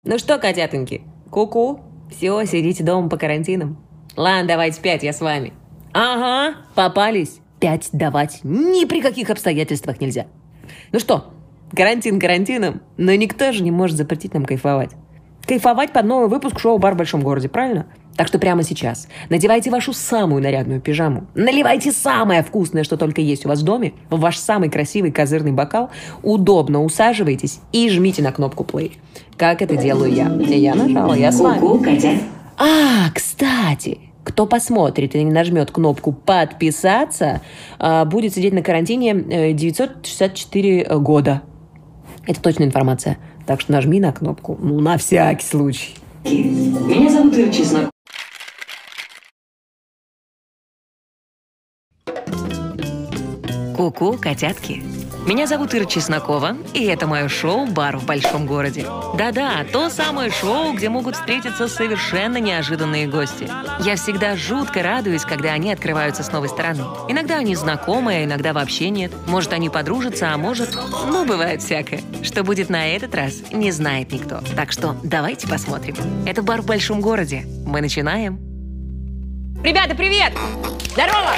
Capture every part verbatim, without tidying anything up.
Ну что, котятоньки, ку-ку, все, сидите дома по карантинам. Ладно, давайте пять, я с вами. Ага, попались. Пять давать ни при каких обстоятельствах нельзя. Ну что, карантин карантином, но никто же не может запретить нам кайфовать. Кайфовать под новый выпуск шоу «Бар в большом городе», правильно? Так что прямо сейчас надевайте вашу самую нарядную пижаму, наливайте самое вкусное, что только есть у вас в доме, в ваш самый красивый козырный бокал, удобно усаживайтесь и жмите на кнопку play. Как это делаю я? Я нажала, я с вами. А, кстати, кто посмотрит и не нажмет кнопку «Подписаться», будет сидеть на карантине девятьсот шестьдесят четыре года. Это точная информация. Так что нажми на кнопку, ну, на всякий случай. Меня зовут Ира Чеснокова. Ку-ку, котятки. Меня зовут Ира Чеснокова, и это мое шоу «Бар в большом городе». Да-да, то самое шоу, где могут встретиться совершенно неожиданные гости. Я всегда жутко радуюсь, когда они открываются с новой стороны. Иногда они знакомые, а иногда вообще нет. Может, они подружатся, а может... Ну, бывает всякое. Что будет на этот раз, не знает никто. Так что давайте посмотрим. Это «Бар в большом городе». Мы начинаем. Ребята, привет! Здорово!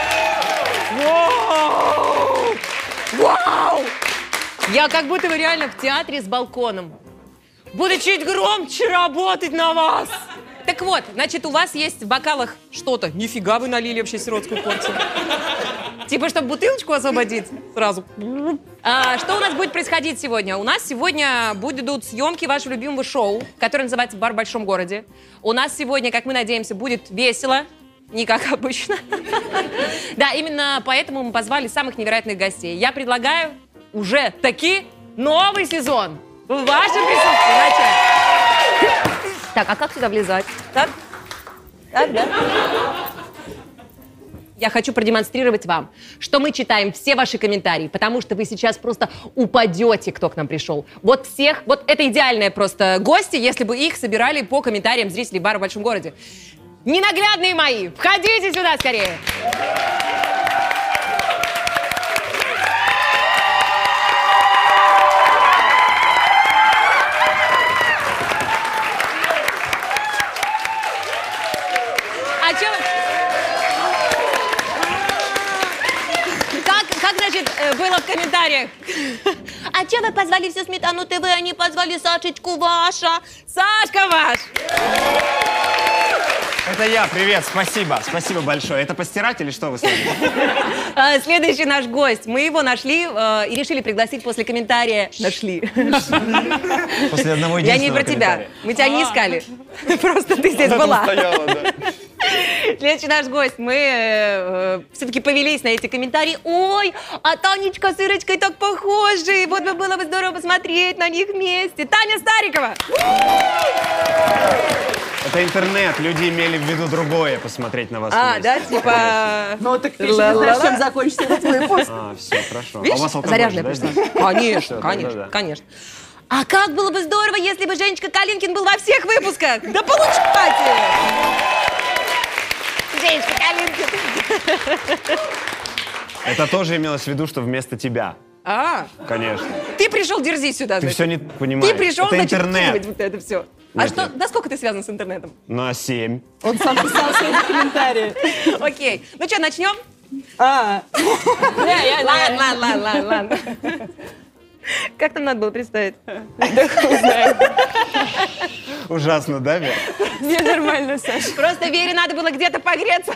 Вау! Вау! Я как будто бы реально в театре с балконом. Буду чуть громче работать на вас. Так вот, значит, у вас есть в бокалах что-то. Нифига вы налили вообще сиротскую порцию. Типа, чтобы бутылочку освободить сразу. А, что у нас будет происходить сегодня? У нас сегодня будут съемки вашего любимого шоу, которое называется «Бар в большом городе». У нас сегодня, как мы надеемся, будет весело. Не как обычно. Да, именно поэтому мы позвали самых невероятных гостей. Я предлагаю уже таки новый сезон в вашем присутствии начать. Так, а как сюда влезать? Так? Так, да? Я хочу продемонстрировать вам, что мы читаем все ваши комментарии, потому что вы сейчас просто упадете, кто к нам пришел. Вот всех, вот это идеальные просто гости, если бы их собирали по комментариям зрителей «Бара в большом городе». Ненаглядные мои, входите сюда скорее. А чё? Как, как, значит, было в комментариях? А чё вы позвали всю Сметану ТВ, а не позвали Сашечку Ваша? Сашка ваш! Это я, привет, спасибо, спасибо большое. Это постирать или что вы смотрите? Следующий наш гость. Мы его нашли и решили пригласить после комментария. Нашли. После одного единственного Я не про тебя. Мы тебя не искали. Просто ты здесь была. Следующий наш гость. Мы э, все-таки повелись на эти комментарии. Ой, а Танечка с Ирочкой так похожи. Вот бы было бы здорово посмотреть на них вместе. Таня Старикова. Это интернет. Люди имели в виду другое, посмотреть на вас А, вместе. да, типа... Ну, так ты же не знаешь, чем закончится этот выпуск. А, все, хорошо. Видишь, а у вас алкоголь, заряженная да, просто. здесь? Конечно, Всё, конечно, да, да. конечно. А как было бы здорово, если бы Женечка Калинкин был во всех выпусках? Да получайте! Женечка Калинкин. Это тоже имелось в виду, что вместо тебя. А, Конечно. ты пришел дерзить сюда, Ты значит. все не понимаешь. Ты пришел, это значит, интернет. вкидывать вот это все. А Нет, что, нет. насколько ты связан с интернетом? На семь. Он сам писал свои комментарии. Окей. Ну что, начнем? А, Ладно, ладно, ладно, ладно, ладно. Как там надо было представить? Ужасно, да, Вер? мне нормально, Саша. Просто Вере надо было где-то погреться.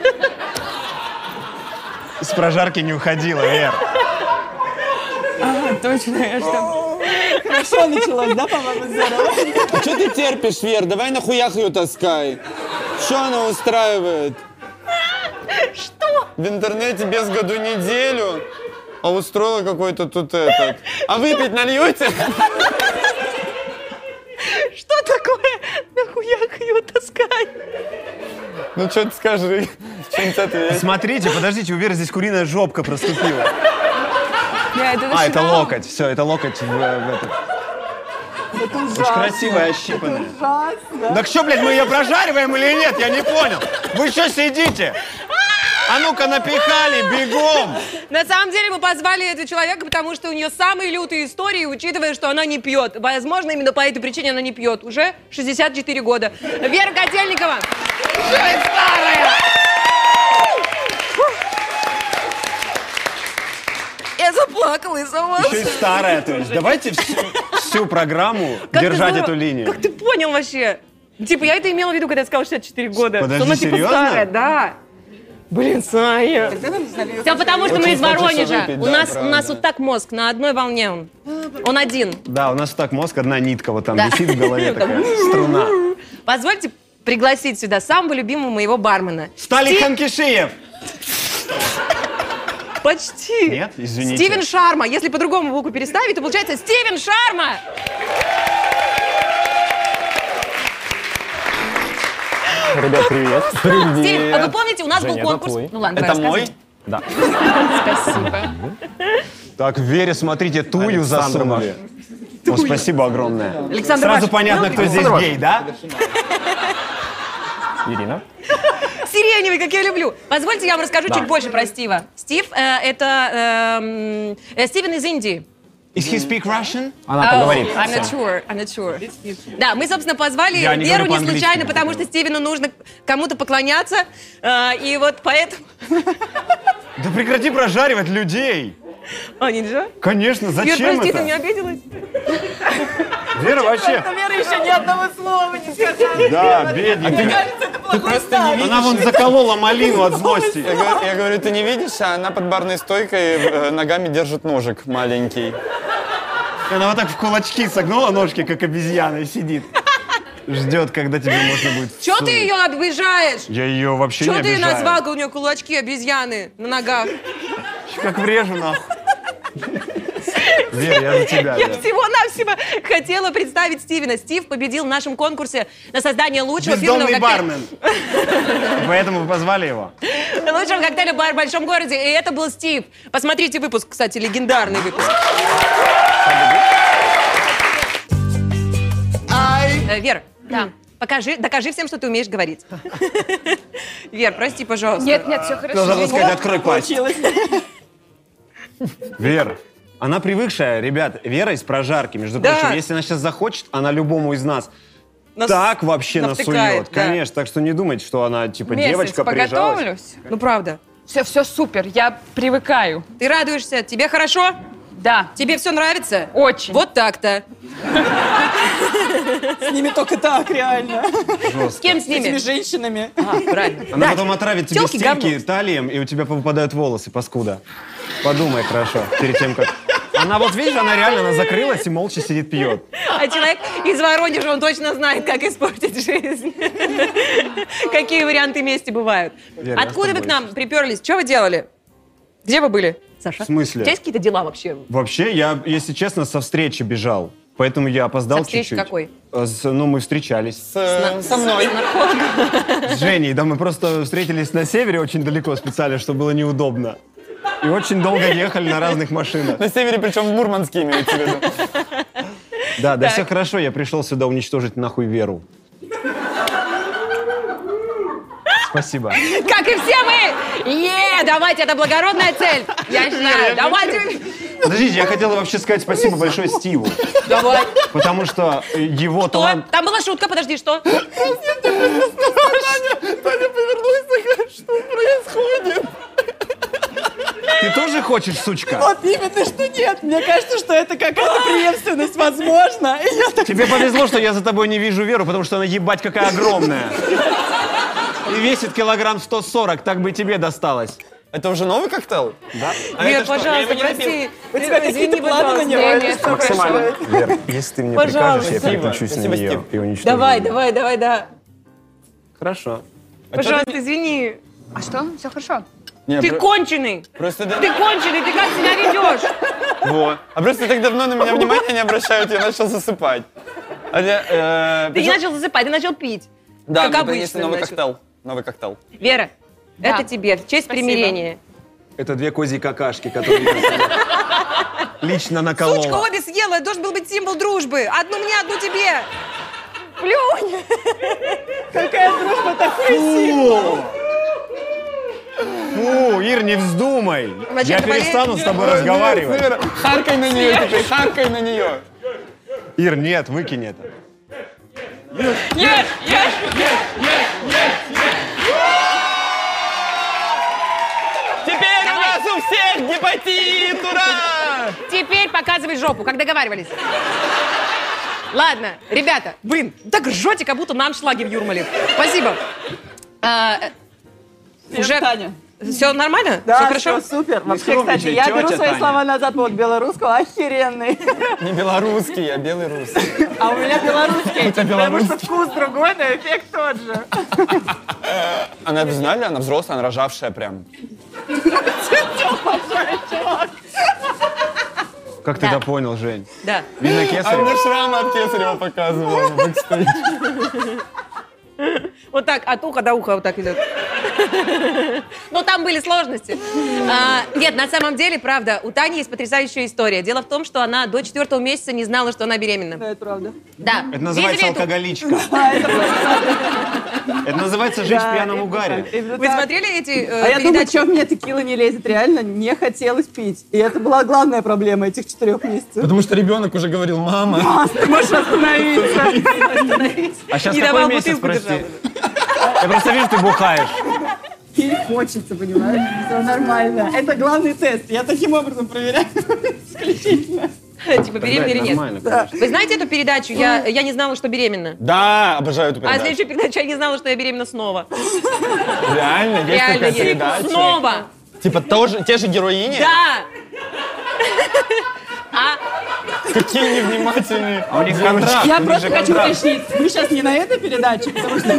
С прожарки не уходила, Вер. Ага, точно, я что... Хорошо началось, да, по-моему, здорово? А что ты терпишь, Вер? Давай на хуях ее таскай. Что она устраивает? Что? В интернете без году неделю, а устроила какой-то тут этот. А выпить нальете? Что такое? Нахуя ее таскать? Ну что ты скажи, что-нибудь ответь. Смотрите, подождите, у Веры здесь куриная жопка проступила. Я это А, это начинала. локоть. Все, это локоть в, в этот. Это ужасно. Очень красивая, ощипанная. Ужасно. Так что, блядь, мы ее прожариваем или нет? Я не понял. Вы что сидите? А ну-ка, напихали, бегом! На самом деле мы позвали этого человека, потому что у нее самые лютые истории, учитывая, что она не пьет. Возможно, именно по этой причине она не пьет. Уже шестьдесят четыре года. Вера Котельникова. Старая! Я заплакала из-за вас. Еще и старая, то есть. Давайте всю, всю программу Как держать ты здорово- эту линию. Как ты понял вообще? Типа, я это имела в виду, когда я сказала шестьдесят четыре года. Подожди, что она типа серьезно? старая, да. Блин, Саня. Все потому, что мы Очень из хочется Воронежа. выпить, у, да, нас, у правда. нас вот так мозг, на одной волне он. Он один. Да, у нас так мозг, одна нитка вот там Да. висит в голове такая, струна. Позвольте пригласить сюда самого любимого моего бармена. Сталик Стив- Ханкишиев! Почти. Нет, извините. Стивен Шарма. Если по-другому букву переставить, то получается Стивен Шарма. Ребят, привет. Стив, а вы помните, у нас был Женя, конкурс. это твой. Ну ладно, Это давай мой? рассказывай. Да. Спасибо. Так, в Вере, смотрите, тую засунули. О, спасибо огромное. Александр Сразу Ваш. понятно, кто здесь гей, да? Ирина? Сиреневый, как я люблю. Позвольте, я вам расскажу чуть больше про Стива. Стив, э, это эм, э, Стивен из Индии. Is he speak Russian? Она Oh, поговорит. I'm not sure, I'm not sure. Да, мы, собственно, позвали Я не Веру говорю не по-английски, случайно, не потому что Стивену нужно кому-то поклоняться. э, и вот поэтому... Да прекрати прожаривать людей. А, нельзя? Конечно, Вер, зачем прости, это? ты не обиделась? Вера вообще... Вера еще ни одного слова не сказала. Да, бедненькая. Ты просто не видишь. Она вон заколола малину от злости. Я говорю, я говорю, ты не видишь, а она под барной стойкой э, ногами держит ножик маленький. Она вот так в кулачки согнула ножки, как обезьяна, и сидит. Ждет, когда тебе можно будет... Чего ты ее обижаешь? Я ее вообще Чего не ты ее обижаю. назвал, у нее кулачки обезьяны на ногах? Как врежу, нахуй. Вера, я за тебя. Я Вер. всего-навсего хотела представить Стивена. Стив победил в нашем конкурсе на создание лучшего фирменного Бездомный коктейля. бармен. Поэтому вы позвали его. Лучшего коктейля бар в большом городе. И это был Стив. Посмотрите выпуск, кстати, легендарный выпуск. Э, Вер, да. Покажи, докажи всем, что ты умеешь говорить. Вер, прости, пожалуйста. Нет, нет, все хорошо. Нужно было сказать, открой пасть. Получилось. Вер, она привыкшая, ребят, Вера из прожарки, между Да. прочим. Если она сейчас захочет, она любому из нас Нас так вообще навтыкает, насует. да. Конечно, так что не думайте, что она, типа, Месяц девочка прижалась. поготовлюсь. Ну, правда. Все, все супер, я привыкаю. Ты радуешься? Тебе хорошо? Да, Тебе все нравится? очень. Вот так-то. С ними только так, реально. С кем с С этими ними? женщинами. А, правильно. Она Да. потом отравит тебе Тёлки стенки говно. талием, и у тебя выпадают волосы, паскуда. Подумай хорошо, перед тем, как... Она вот, видишь, она реально, она закрылась и молча сидит, пьет. А человек из Воронежа, он точно знает, как испортить жизнь. Какие варианты мести бывают. Вера, я с Откуда вы тобой к нам приперлись? Что вы делали? Где вы были? Саша? В смысле? У тебя есть какие-то дела вообще? Вообще, я, если честно, со встречи бежал. Поэтому я опоздал Со встречи чуть-чуть. какой? Э, с- ну, мы встречались С, э, со мной. с Женей. Да, мы просто встретились на севере очень далеко специально, чтобы было неудобно. И очень долго ехали на разных машинах. На севере, причем в Мурманске имеется в виду. Да, да, Так. все хорошо, я пришел сюда уничтожить нахуй Веру. Спасибо. Как и все мы! Е, давайте, это благородная цель. Я считаю, давайте. Подождите, я хотел вообще сказать спасибо большое Стиву. Давай. Потому что его Что? талант... Там была шутка, подожди, что? Таня повернулась такая, что происходит? Ты тоже хочешь, сучка? Вот именно, что нет. Мне кажется, что это какая-то преемственность, возможно. И я так... Тебе повезло, что я за тобой не вижу Веру, потому что она ебать какая огромная. И весит килограмм сто сорок, так бы и тебе досталось. Это уже новый коктейль? Да? Вер, пожалуйста, прости. У тебя какие-то планы на него? Нет, или нет, что максимально. происходит? Вер, если ты мне Пожалуйста. прикажешь, я Спасибо. переключусь на Спасибо, нее Стив. и уничтожу Давай, её. давай, давай, да. Хорошо. Пожалуйста, извини. А что? Все хорошо. Не, Ты про- конченый. Просто, да- Ты конченый, ты как себя ведешь? Во. А просто так давно на меня внимания не обращают, я начал засыпать. А я, э, Ты не причем- начал засыпать, ты начал пить. Да, как мне обычно принесли новый начал. коктейль. Новый коктейль. Вера, Да. это тебе в честь Спасибо. примирения. Это две козьи какашки, которые я себе лично наколола. Сучка обе съела, это должен был быть символ дружбы. Одну мне, одну тебе. Плюнь. Какая дружба, такой символ. Фу, Ир, не вздумай. Значит, Я это болезнь? перестану с тобой разговаривать. Ира, харкай на нее теперь, харкай на нее. Ир, нет, выкинь это. Нет, нет. Теперь у нас у всех гепатит, ура! Теперь показывай жопу, как договаривались. Ладно, ребята, блин, так ржете, как будто на аншлаге в Юрмале. Спасибо. А, э, уже Таня. все нормально? Да, все хорошо? всё супер. Вообще, кстати, скромничай, я тётя беру свои Таня. слова назад, вот белорусского, охеренный. Не белорусский, а белый русский. А у меня белорусский. У тебя Потому что белорусский. вкус другой, но эффект тот же. Она, вы знали, она взрослая, она рожавшая прям. Как ты это понял, Жень? Да. Видно А кесарево? мне шрамы от Кесарева показывала на бэкстейдже. Вот так, от уха до уха вот так идет. Но там были сложности. А, нет, на самом деле, правда, у Тани есть потрясающая история. Дело в том, что она до четвертого месяца не знала, что она беременна. Да, это правда. Да. Это называется Видели эту- алкоголичка. Это называется жить в пьяном угаре. Вы смотрели эти э, А я думаю, передачи? что мне текила не лезет, реально не хотелось пить. И это была главная проблема этих четырех месяцев. Потому что ребенок уже говорил, мама. А, ты можешь остановиться. А сейчас Не какой давал месяц, бутылку прости? держал. Я просто вижу, ты бухаешь. Пить хочется, понимаешь? Все нормально. Это главный тест. Я таким образом проверяю исключительно. Типа, беременна или нет? Нормально, конечно. Вы знаете эту передачу? Я, я не знала, что беременна. Да, обожаю эту А передачу. следующая передача я не знала, что я беременна снова. Реально, есть Реально, такая есть. передача. Снова. Типа тоже, те же героини? Да. А Какие невнимательные. А у них контракт. Я у них просто же хочу контракт. уточнить. Мы сейчас не на этой передаче, потому что...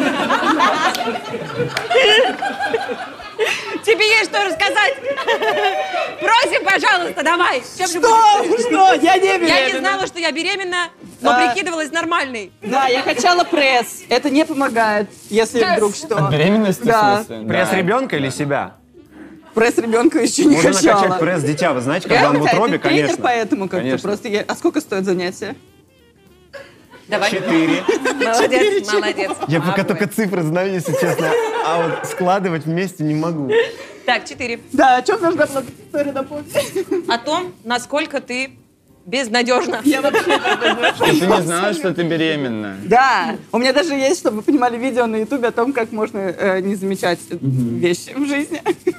тебе есть что рассказать? Просим, пожалуйста, давай. Чем же Что? будешь? Что? Я не беременна. Я не знала, что я беременна, но А. прикидывалась нормальной. Да, я качала пресс. Это не помогает, если вдруг что. Беременности, Да. в смысле? Пресс Да. ребенка или себя? Пресс ребенка еще не Можно качала. накачать пресс дитя. Вы знаете, когда он в Реально, утробе, ты тренер, конечно. поэтому как-то Конечно. просто... я- А сколько стоит занятие? Давай. Четыре. Молодец, молодец. Я пока только цифры знаю, если честно. А вот складывать вместе не могу. Так, четыре. Да, о чем нужна была история напомнить? О том, насколько ты безнадежна. Я вообще... И ты не знала, что ты беременна. Да, у меня даже есть, чтобы вы понимали, видео на ютубе о том, как можно э, не замечать вещи в жизни.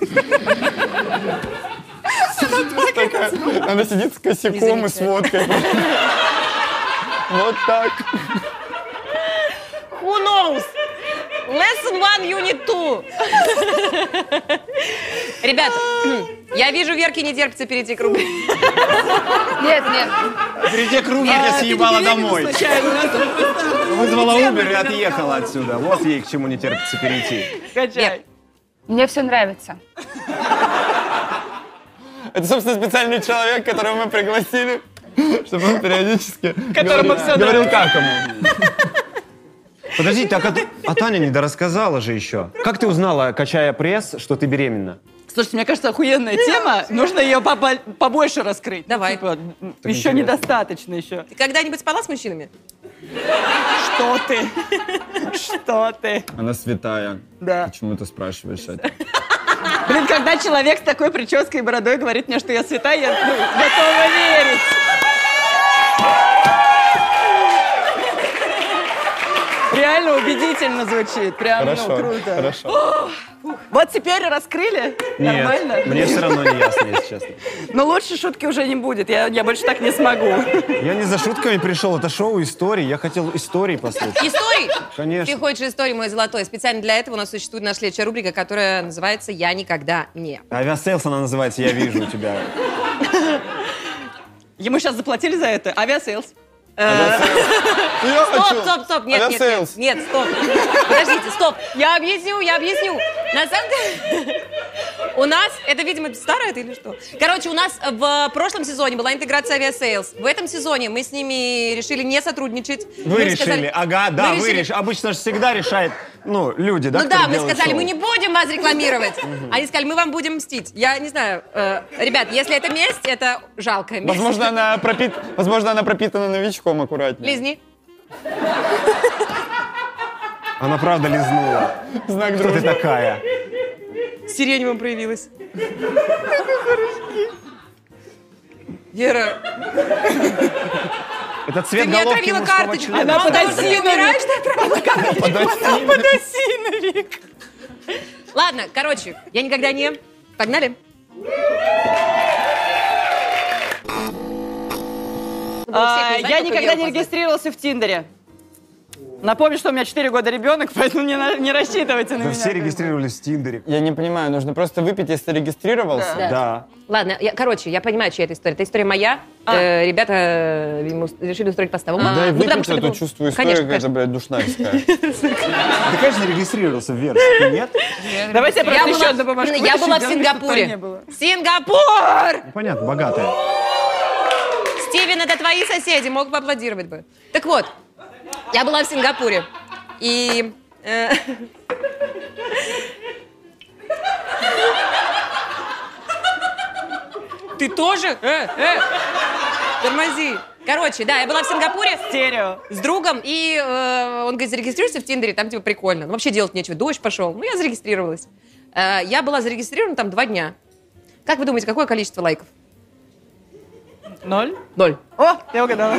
Такая, она сидит с косяком и с водкой. Вот так. Who knows? Lesson one, unit two. Ребята, я вижу, Верке не терпится перейти к рубрике. Нет, нет. Перейди к рубрике, А, ты не съебала беременна домой. случайно? Вызвала Uber и отъехала отсюда. Вот ей к чему не терпится перейти. Качай. Мне все нравится. Это, собственно, специальный человек, которого мы пригласили, чтобы он периодически Которому говорил, всё говорил как ему. Подожди, так а, ты- а Таня не дорассказала же еще. Как ты узнала, качая пресс, что ты беременна? Слушайте, мне кажется, охуенная тема. Нужно ее побо- побольше раскрыть. Давай. Типа, еще интересно. недостаточно еще. Ты когда-нибудь спала с мужчинами? Что ты? Что ты? Она святая. Да. Почему ты спрашиваешь это? Блин, когда человек с такой прической и бородой говорит мне, что я святая, я ну, готова верить. Реально убедительно звучит. Прям, ну, Хорошо, круто. хорошо. Вот теперь раскрыли? Нормально? Нет, мне все равно не ясно, если честно. Но лучше шутки уже не будет. Я, я больше так не смогу. Я не за шутками пришел, это шоу историй. Я хотел истории послушать. Истории? Конечно. Ты хочешь истории, мой золотой. Специально для этого у нас существует наша следующая рубрика, которая называется «Я никогда не». Авиасейлс она называется, я вижу у тебя. Ему сейчас заплатили за это? Авиасейлс. Я Стоп, хочу. стоп, стоп, нет, нет, нет, Авиасейлс. нет, стоп. Подождите, стоп. Я объясню, я объясню. На самом деле, у нас, это, видимо, старое это или что? Короче, у нас в прошлом сезоне была интеграция авиасейлс. В этом сезоне мы с ними решили не сотрудничать. Вы Мы решили, сказали- ага, да, мы вы решили- решили. Обычно же всегда решает, ну, люди, да, Ну да, которые мы делают сказали, шоу. мы не будем вас рекламировать. Они сказали, мы вам будем мстить. Я не знаю, э, ребят, если это месть, это жалкая месть. Возможно, она, пропит... Возможно, она пропитана новичком аккуратнее. Лизни. Она правда лизнула. Знак Кто ты дружбы. такая? сиреневым проявилась. Вера, Это цвет ты мне головки отравила мужского карточку. члена. Она умираешь, ты отравила карточку. Подосиновик. Ладно, короче, я никогда не... Погнали. А, я никогда не регистрировался в Тиндере. Напомню, что у меня четыре года ребенок, поэтому не, на- не рассчитывайте на Да меня. все регистрировались в Тиндере. Я не понимаю, нужно просто выпить, если регистрировался? Да. Да. Ладно, я, короче, я понимаю, чья это история. Это история моя. Э, ребята, э, видимо, решили устроить постовому. Дай Ну, потому выпить что это эту был- чувствую историю, Конечно, какая-то, конечно. блядь, душнарская. Ты, конечно, регистрировался в Верс. Ты нет? Давайте я Я просто еще была, одну бумажку я вытащу, была в сделаю, чтобы не Сингапуре. было. Сингапур! Ну, понятно, богатая. Стивен, это твои соседи, мог поаплодировать бы. Так вот, я была в Сингапуре. И... э, Ты тоже? Э, э, тормози. Короче, да, я была в Сингапуре Стерео. с другом, и э, он говорит, зарегистрируйся в Тиндере, там типа прикольно. Ну, вообще делать нечего, дождь пошел. Ну, я зарегистрировалась. Э, я была зарегистрирована там два дня. Как вы думаете, какое количество лайков? Ноль. Ноль. О, я угадала.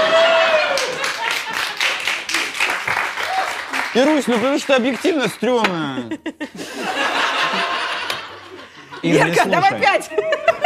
Ирусь, ну потому что объективно стрёмно. Ир, не Верка, давай слушай. пять.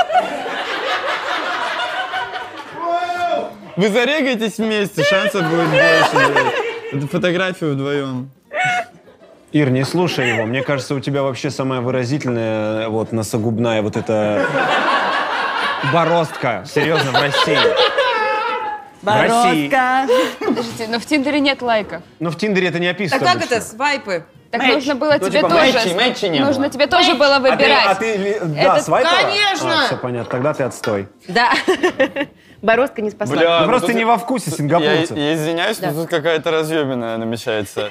Вы зарегаетесь вместе, шансов будет больше, блядь. Это фотографию вдвоем. Ир, не слушай его. Мне кажется, у тебя вообще самая выразительная, вот, носогубная вот эта бороздка. Серьезно, в России. В России. Бороздка. Подождите, но в Тиндере нет лайков. Но в Тиндере это не А описано. как обычно. это, свайпы? Так Мэйч. нужно было Ну, тебе типа, тоже... мэйчи, мэйчи не нужно было. тебе тоже было А ты, выбирать. а ты ли- да, Это- свайпала? Конечно! А, все понятно, тогда ты отстой. Да. Бороздка не спасла. Бля, Ну, ну просто тут- не во вкусе Я, сингапурцев. я извиняюсь, но тут какая-то разъебенная намечается.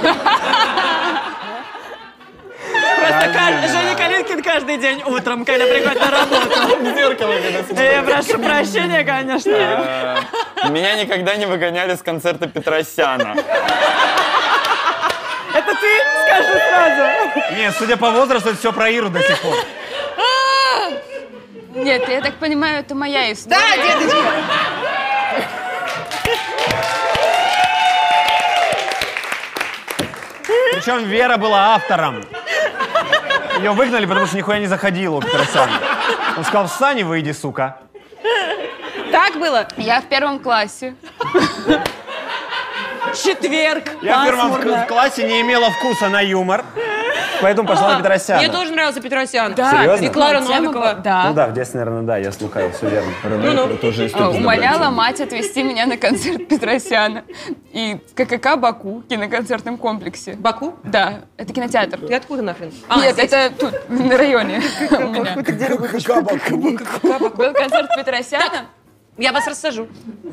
Просто Каль- Женя Калинкин каждый день утром, когда приходит на работу. Зеркало, когда смотрю. Я прошу прощения, конечно. Э, Меня никогда не выгоняли с концерта Петросяна. Это ты скажи сразу. Нет, судя по возрасту, это все про Иру до сих пор. Нет, я так понимаю, это моя история. Да, деточка. Причем Вера была автором. Ее выгнали, потому что нихуя не заходила у Петросяна. Он сказал, встань и выйди, сука. Так было? Я в первом классе. Четверг. Я в первом пасмурно. в классе не имела вкуса на юмор, поэтому пошла на Петросяна. Мне тоже нравился Петросян. Серьезно? И Клара Тема Новикова. была- Да. Ну да, в детстве, наверное, да, я слухаю, все верно. Ну-ну. Тоже А, Умоляла мать отвезти меня на концерт Петросяна. И в ККК «Баку», киноконцертном комплексе. Баку? Да, это кинотеатр. Ты откуда нахрен? А, Нет, здесь. это тут, на районе у меня. Был концерт Петросяна, Я вас рассажу.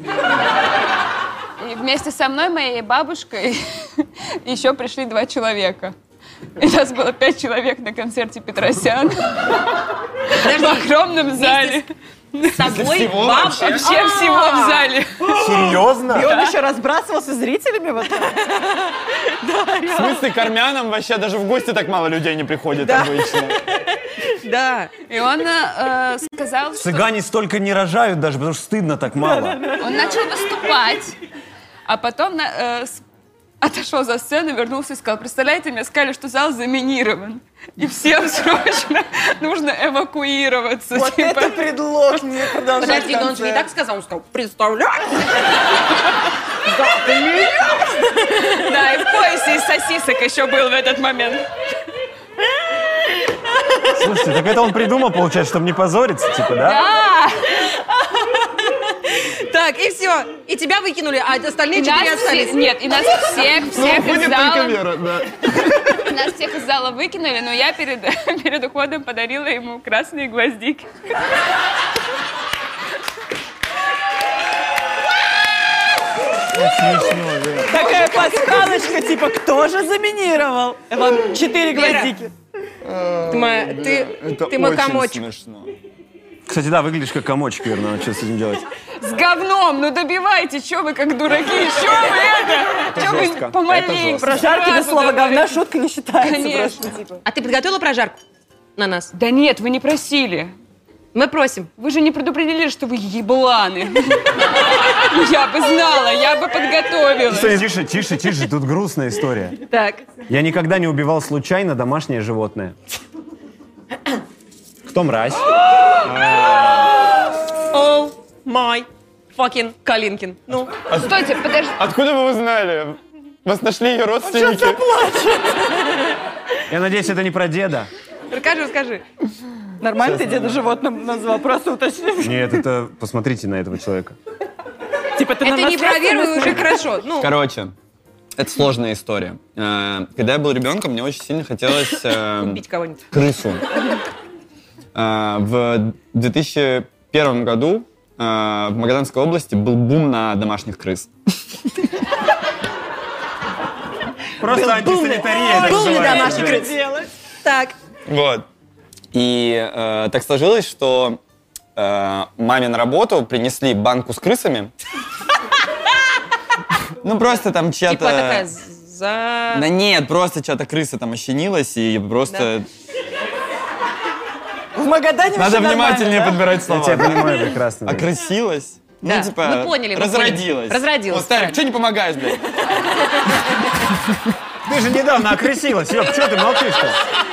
и вместе со мной, моей бабушкой, еще пришли два человека. И нас было пять человек на концерте Петросяна в Подожди, огромном зале. с собой всего баб- вообще? Вообще всего в зале. Серьезно? И он еще разбрасывался с зрителями вот так. В смысле, к армянам вообще даже в гости так мало людей не приходит обычно. Да. И он э, сказал, что Цыгане столько не рожают даже, потому что стыдно так мало. он начал выступать, а потом на- э, с- отошел за сцену, вернулся и сказал, представляете, мне сказали, что зал заминирован. И всем срочно нужно эвакуироваться. Вот типа. это предлог не продолжать Подожди, но он же не так концерт. сказал, он сказал, представляешь? Да, и в поясе из сосисок еще был в этот момент. Слушайте, так это он придумал, получается, чтобы не позориться, типа, да? А, Так, и все. И тебя выкинули, а остальные и четыре нас все- остались. нет, и нас всех, всех из Будет только зала, Вера, да. нас всех из зала выкинули, но я перед, перед уходом подарила ему красные гвоздики. Такая пасхалочка, типа, кто же заминировал? Вот четыре Вера. гвоздики. Ты, моя- ты, Это ты мой очень комочек. смешно. Кстати, да, выглядишь как комочек, верно, надо что с этим делать. С говном, ну добивайте, что вы как дураки, что вы это? Что жестко. вы помаленьку? Прожарки без сразу слова говорите. говна шутка не считается. Конечно. Просто, типа. А ты подготовила прожарку? на нас. Да нет, вы не просили. Мы просим. Вы же не предупредили, что вы ебланы. Я бы знала, я бы подготовилась. Тише, тише, тише, тут грустная история. Так. Я никогда не убивал случайно домашнее животное. Кто мразь? О, май, fucking Калинкин. Ну, Стойте, подожди. Откуда вы узнали? Вас нашли ее родственники? Я надеюсь, это не про деда. расскажи, расскажи. Нормально ты деда животным назвал? Просто уточни. Нет, это... Посмотрите на этого человека. Типа ты Это на не проверю, уже хорошо. Ну, Короче, это сложная история. Э, Когда я был ребенком, мне очень сильно хотелось э, убить кого-нибудь. крысу. Э, В две тысячи первом году э, в Магаданской области был бум на домашних крыс. Просто антисанитария. это Был ли называется. домашний крыс? Так. Вот. И э, так сложилось, что э, маме на работу принесли банку с крысами. Ну, просто там чья-то... Типа такая за... Да нет, просто чья-то крыса там ощенилась, и просто... В Магадане Надо вообще внимательнее нормально, подбирать Я слова. тебя понимаю прекрасно. Окрысилась? Да, Ну, типа, мы поняли, мы разродилась. поняли. Разродилась, Вот, Старик, правильно. что не помогаешь, блядь? Ты же недавно окрысилась. Ёп, что ты молчишь-то?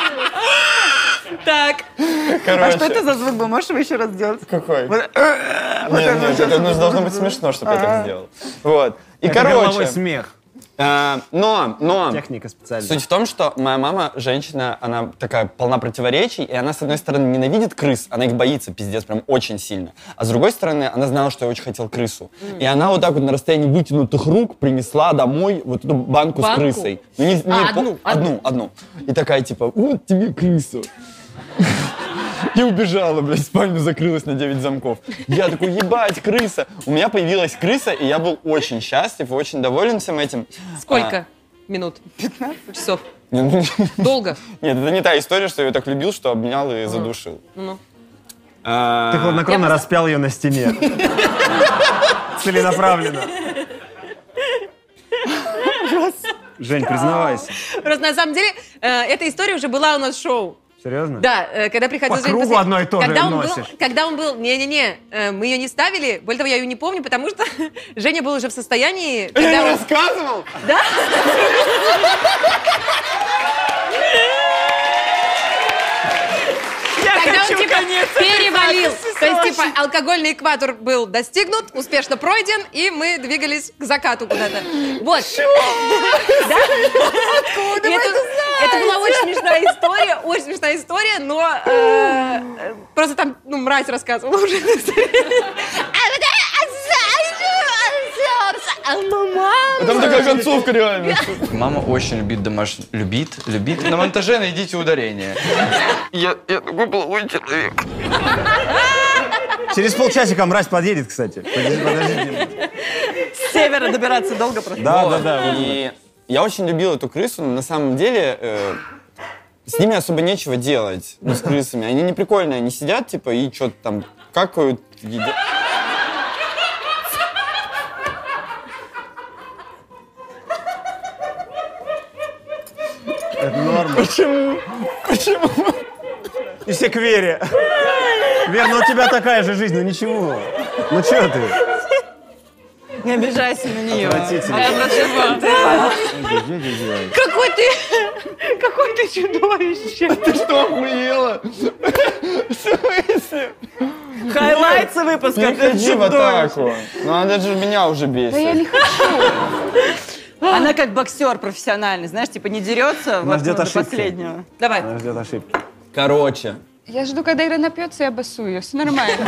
Так. Короче. А что это за звук был? Можешь его еще раз сделать? Какой? Вот, Нет, нет, это ну, должно быть смешно, чтобы я так сделал. Вот. И, Это горловой короче, смех. э, но, но, Техника специальная. суть в том, что моя мама, женщина, она такая полна противоречий, и она, с одной стороны, ненавидит крыс, она их боится, пиздец, прям очень сильно. А с другой стороны, она знала, что я очень хотел крысу. И она вот так вот на расстоянии вытянутых рук принесла домой вот эту банку, Банку? с крысой. Ну, не- не А, по- одну, одну, одну. И такая, типа, вот тебе крысу. И убежала, блядь, спальня закрылась на девять замков. Я такой, ебать, крыса. У меня появилась крыса, и я был очень счастлив и очень доволен всем этим. Сколько минут? пятнадцать часов. А, нет, Долго. это не та история, что я ее так любил, что обнял и задушил. Ну. А, Ты хладнокровно Я распял ее на стене. Целенаправленно. Жень, признавайся. Просто на самом деле э, эта история уже была у нас в шоу. Серьезно? Да, э, когда приходил По Женя кругу после- одно и то же когда он был, носишь. когда он был, не-не-не, э, мы ее не ставили, более того, я ее не помню, потому что Женя был уже в состоянии, Я когда не он- рассказывал? Да? Когда он, типа, перевалил. То есть, типа, алкогольный экватор был достигнут, успешно пройден, и мы двигались к закату куда-то. Вот. Да? Откуда вы это Это была очень смешная история, очень смешная история, но э, э, просто там, ну, мразь рассказывала уже. Там такая концовка реально. Мама очень любит домашний... Любит? Любит? На монтаже найдите ударение. Я, я такой плохой человек. Через полчасика мразь подъедет, кстати. Подожди, подожди. С севера добираться долго просто. Да, да, да. И я очень любил эту крысу, но на самом деле э, с ними особо нечего делать, ну, с крысами. Они не прикольные, они сидят, типа, и что-то там какают, едят. Это норма. Почему? Почему? И все к Вере. Вер, ну у тебя такая же жизнь, ну ничего. Ну что ты? Не обижайся на нее. Отвратительно. Какой ты, какой ты чудовище. Ты что, охуела? В смысле? Хайлайтсы выпуска. Не ты ходи в чудовище. атаку. Ну, она даже меня уже бесит. Она как боксер профессиональный, знаешь, типа не дерется Она вот ждет до ошибки. последнего. Давай. Она ждет ошибки. Короче. Я жду, когда Ира напьется, я басую ее. Все нормально.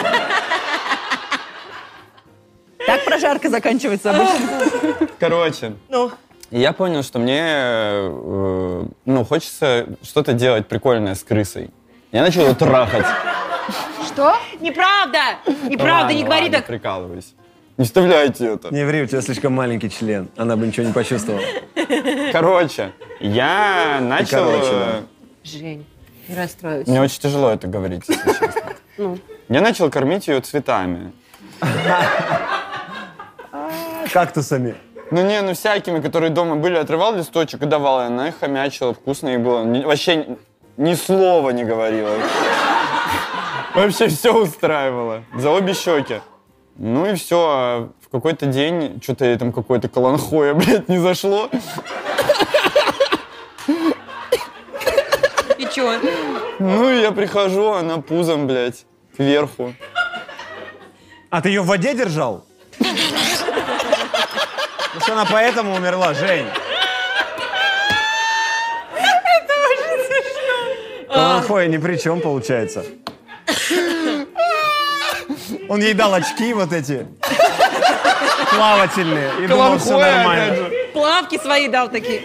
Так прожарка заканчивается обычно. Короче. Ну. И я понял, что мне, э, ну, хочется что-то делать прикольное с крысой. Я начал ее трахать. Что? Неправда! Неправда, Ладно, не говори ладно, так. прикалываюсь. Не вставляйте это. Не ври, у тебя слишком маленький член. Она бы ничего не почувствовала. Короче, я начал... короче, э, Жень, не расстроюсь. Мне очень тяжело это говорить, если честно. Ну. Я начал кормить ее цветами. Кактусами. Ну не, ну всякими, которые дома были, отрывал листочек и давал, и она их хомячила, вкусно ей было. Не- Вообще Ни слова не говорила. Вообще все устраивало. За обе щеки. Ну и все. А в какой-то день что-то ей там какое-то каланхоя, блядь, не зашло. И чё? Ну и я прихожу, она пузом, блядь, кверху. А ты ее в воде держал? Может, она поэтому умерла, Жень? Это очень смешно. Каланхоя ни при чем, получается. Он ей дал очки вот эти плавательные и думал, все нормально. Плавки свои дал такие.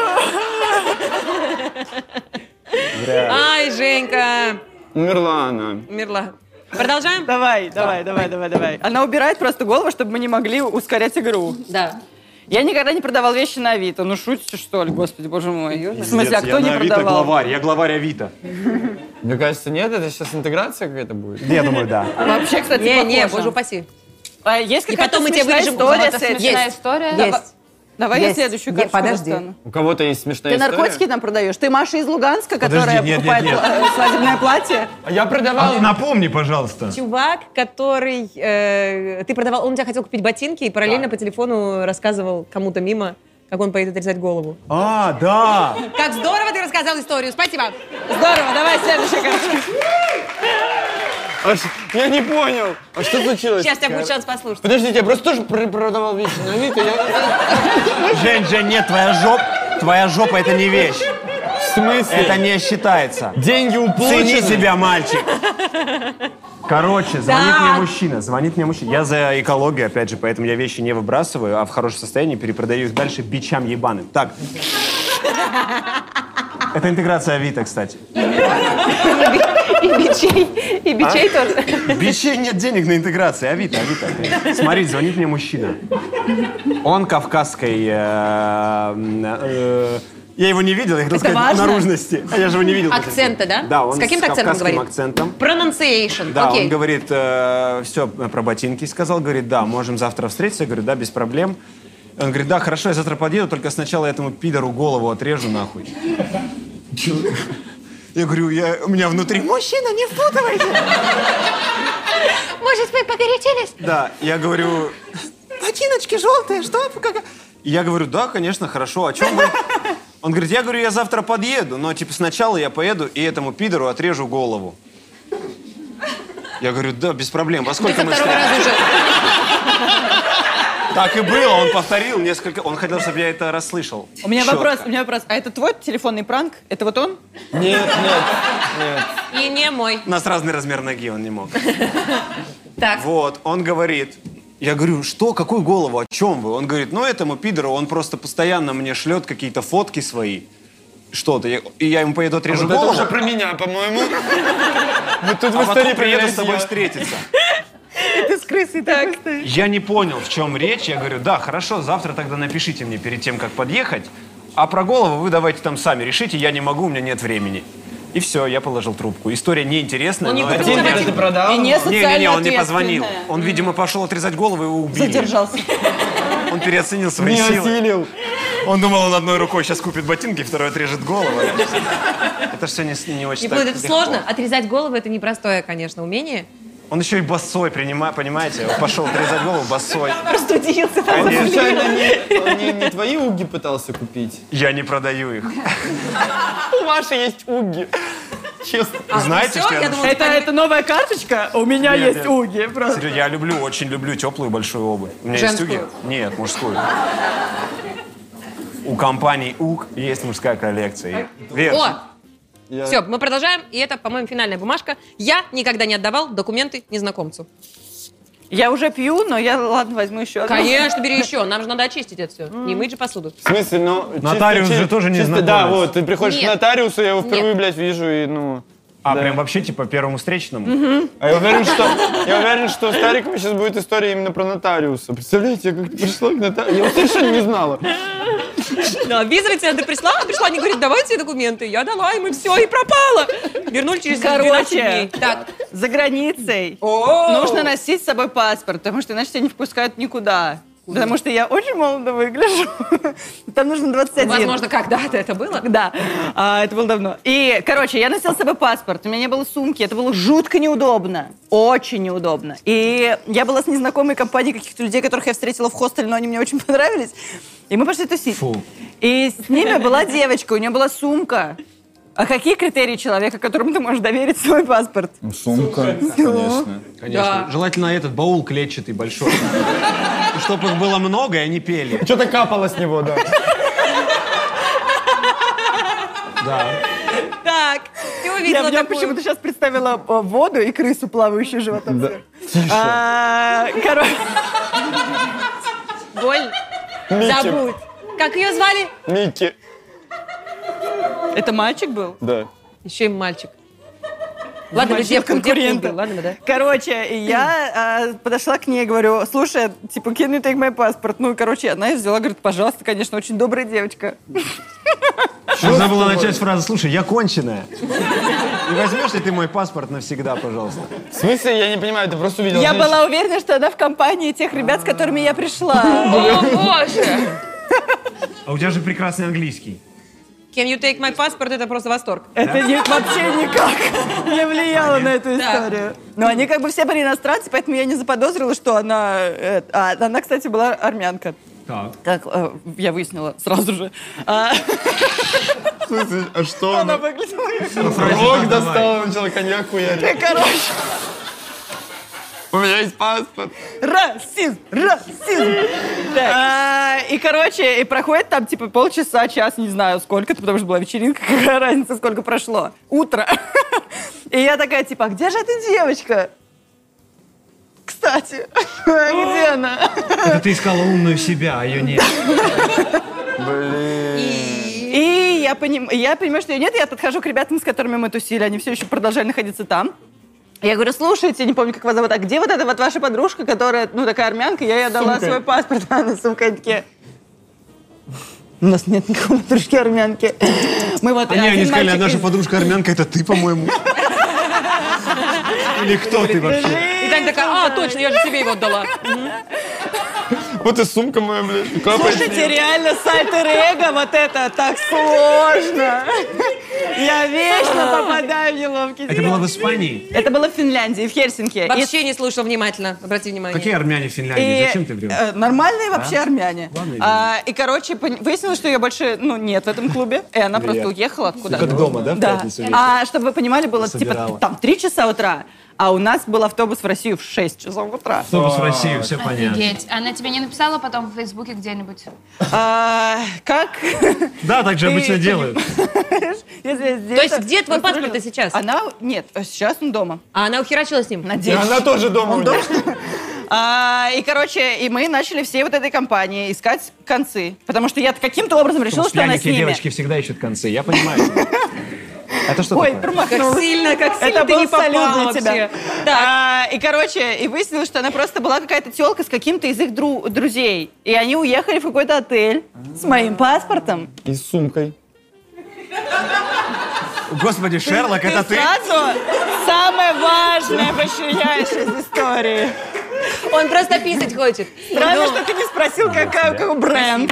Ай, Женька. Умерла она. Умерла. Продолжаем? Давай, давай, давай, давай, давай. Она убирает просто голову, чтобы мы не могли ускорять игру. Да. Я никогда не продавал вещи на Авито. Ну, шутите, что ли, господи, боже мой. В смысле, а кто я не на Авито продавал? главарь, я главарь Авито. Мне кажется, нет, это сейчас интеграция какая-то будет. Я думаю, да. Вообще, кстати, Не, не, похоже. боже упаси. А есть И какая-то потом мы тебе смешная вырежем история какую-то с этим? Смешная Есть. история. Есть. Давай я Есть. следующую Не, карточку подожди. достану. У кого-то есть смешная Ты история? наркотики нам продаешь? Ты Маша из Луганска, которая Подожди, нет, покупает нет, э, свадебное платье? А я продавал. А, напомни, пожалуйста. Чувак, который... э, ты продавал... Он у тебя хотел купить ботинки и параллельно по телефону рассказывал кому-то мимо, как он поедет отрезать голову. А, да. Как здорово ты рассказал историю. Спасибо. Здорово, давай следующая карточка. А ш- я не понял. А что случилось? Сейчас у тебя будет шанс послушать. Подождите, я просто тоже пр- продавал вещи на Авито. Я... Жень, Жень, нет, твоя жопа, твоя жопа это не вещь. В смысле? Это не считается. Деньги уплачены. Цени себя, мальчик. Короче, звонит Да. мне мужчина, звонит мне мужчина. Я за экологию, опять же, поэтому я вещи не выбрасываю, а в хорошем состоянии перепродаю их дальше бичам ебаным. Так. Это интеграция Авито, кстати. И бичей, и бичей тоже. Бичей нет денег на интеграцию. Авито, Авито. Смотрите, звонит мне мужчина. Он кавказской... э, э, я его не видел, я хотел Это сказать важно? наружности. А я же его не видел. по Акцента, телефону. да? Да, он С каким-то акцентом кавказским говорит? акцентом. Pronunciation. Да, Окей. он говорит, э, все, про ботинки сказал, говорит, да, можем завтра встретиться. Я говорю, да, без проблем. Он говорит, да, хорошо, я завтра подъеду, только сначала я этому пидору голову отрежу нахуй. Я говорю, я, у меня внутри, мужчина, не впутывайся. Может, вы погорячились? Да, я говорю, ботиночки желтые, что? Как? И я говорю, да, конечно, хорошо, о чем вы? Он говорит, я говорю, я завтра подъеду, но типа сначала я поеду и этому пидору отрежу голову. Я говорю, да, без проблем, во сколько мы Второго раза встретимся? уже. Так и было, он повторил несколько, он хотел, чтобы я это расслышал. У меня Чётко. вопрос, у меня вопрос. А это твой телефонный пранк? Это вот он? Нет, нет, нет. И не мой. У нас разный размер ноги, он не мог. Так. Вот, он говорит, я говорю, что, какую голову, о чем вы? Он говорит, ну этому пидору, он просто постоянно мне шлет какие-то фотки свои, что-то, и я ему поеду отрежу Вот это голову, уже про меня, по-моему. Вот тут а в потом истории приеду появилась с тобой я. встретиться. Ты с крысой так. Я не понял, в чем речь. Я говорю, да, хорошо, завтра тогда напишите мне перед тем, как подъехать. А про голову вы давайте там сами решите, я не могу, у меня нет времени. И все, я положил трубку. История неинтересная, Он не но купил это... тебе Тиндер ты продал? И не социально Не-не-не, он не позвонил. ответственная. Он, видимо, пошел отрезать голову, его убили. Задержался. Он переоценил свои Не силы. осилил. Он думал, он одной рукой сейчас купит ботинки, второй отрежет голову. Это все не, не очень Не так будет, это легко. сложно. Отрезать голову — это непростое, конечно, умение. Он еще и босой, принима- понимаете? Он пошел отрезать голову босой. Простудился. А он Конечно. случайно не, он не, не твои уги пытался купить? Я не продаю их. У Маши есть уги. Честно. Знаете, всё? что я... Я думала, Это, это новая карточка? У меня Нет, есть нет. уги. Просто. Серьезно, я люблю, очень люблю теплую большую обувь. У меня Женскую? есть уги? Нет, мужскую. У компании УК есть мужская коллекция. Верь. О! Я- Все, мы продолжаем. И это, по-моему, финальная бумажка. Я никогда не отдавал документы незнакомцу. Я уже пью, но я, ладно, возьму еще одну. Конечно, бери еще. Нам же надо очистить это все. Не мыть же посуду. В смысле, ну... чисто- Нотариус же чисто- тоже не чисто, знакомец. Да, вот, ты приходишь Нет. к нотариусу, я его впервые, Нет. блядь, вижу, и, ну... А, да. прям вообще, типа, первому встречному? А я уверен, что, я уверен, что у Старикова сейчас будет история именно про нотариуса. Представляете, я как-то пришла к нотариусу, я его совершенно не знала. Да, виза ведь ты пришла, а пришла, они говорят, давайте документы. Я дала им, и все, и пропала. Вернули через двенадцать дней. Короче, Так. за границей О! нужно носить с собой паспорт, потому что иначе тебя не впускают никуда. Потому что я очень молодо выгляжу. Там нужно двадцать один. Возможно, когда-то это было. Да, а, это было давно. И, короче, я носила с собой паспорт, у меня не было сумки, это было жутко неудобно, очень неудобно. И я была с незнакомой компанией каких-то людей, которых я встретила в хостеле, но они мне очень понравились. И мы пошли тусить. Фу. И с ними была девочка, у нее была сумка. А какие критерии человека, которому ты можешь доверить свой паспорт? Ну, сумка, конечно. Конечно. Да. Желательно этот баул клетчатый большой. Чтобы их было много, и они пели. Что-то капало с него, да. Да. Так, ты Я, увидела я такую... почему-то сейчас представила э, воду и крысу, плавающую животом. Да. А, короче, Боль. Микки. Забудь. Как ее звали? Микки. это мальчик был? Да. Еще и мальчик. Ладно, бы Мальчик девку, девку конкурента. убил, ладно бы, да? Короче, и я а, подошла к ней, говорю, слушай, типа, can you take my passport? Ну, и, короче, она взяла, говорит, пожалуйста, конечно, очень добрая девочка. Нужно было начать с фразы, слушай, я конченая. Не возьмешь ли ты мой паспорт навсегда, пожалуйста? В смысле, я не понимаю, ты просто увидел Я женщину. была уверена, что она в компании тех ребят, с которыми я пришла. О, боже! А у тебя же прекрасный английский. Can you take my passport? Это просто восторг. Это не- вообще никак не влияло на эту историю. Но они как бы все были иностранцы, поэтому я не заподозрила, что она... э, А она, кстати, была армянка. Так. Как э, я выяснила сразу же. А, В смысле, а что Она она? выглядела... Рог достала, начала коньяк хуярить. Короче, У меня есть паспорт. расизм, расизм. Так, а, и, короче, и проходит там, типа, полчаса, час, не знаю, сколько-то, потому что была вечеринка, какая разница, сколько прошло. Утро. И я такая, типа, а где же эта девочка? Кстати, где она? Это ты искала умную себя, а ее нет. И я, поним... я понимаю, что ее нет, я подхожу к ребятам, с которыми мы тусили, они все еще продолжали находиться там. Я говорю, слушайте, не помню, как вас зовут, а где вот эта вот ваша подружка, которая, ну, такая армянка, я ей отдала Сумкой. свой паспорт, она с сумкой, они такие... У нас нет никакой подружки армянки. Мы вот... Они, один они сказали, а мальчик наша из- подружка армянка, это ты, по-моему. Или кто ты вообще? И Таня такая, а, точно, я же себе его отдала. Вот и сумка моя, блядь. капает с Слушайте, неё. реально с альтер-эго вот это так сложно. Я вечно попадаю в неловкие Это было в Испании? Это было в Финляндии, в Хельсинки. И- Вообще не слушал внимательно, обрати внимание. Какие армяне в Финляндии? И, Зачем ты врешь? э, нормальные вообще армяне. Ладно, иди. А, и, короче, пон- выяснилось, что ее больше ну, нет в этом клубе. И она просто уехала откуда-то. Как дома, да, в Да. пятницу вечером? А чтобы вы понимали, было типа Собирала. там три часа утра, а у нас был автобус в Россию в шесть часов утра. Автобус в Россию, все понятно. Офигеть. Она тебе не написала потом в Фейсбуке где-нибудь? А, как? Да, так же Ты обычно пони- делают. Если я здесь- То есть где твой паспорт-то сейчас? Она... Нет, сейчас он дома. А она ухерачила с ним? И Надеюсь. она тоже дома у нее. А, и, короче, и мы начали всей вот этой компании искать концы. Потому что я каким-то образом решила, что она с Пьяненькие ними. девочки всегда ищут концы, я понимаю. Это что Ой, такое? Как промахнулась. сильно, как сильно Это ты был не попала салют для вообще. тебя. Так, А, и, короче, и выяснилось, что она просто была какая-то тёлка с каким-то из их дру- друзей. И они уехали в какой-то отель с моим паспортом. И с сумкой. Господи, Шерлок, это ты? Сразу самое важное вычленяешь из истории. он просто писать хочет. Странно, что ты не спросил, какой, какой бренд.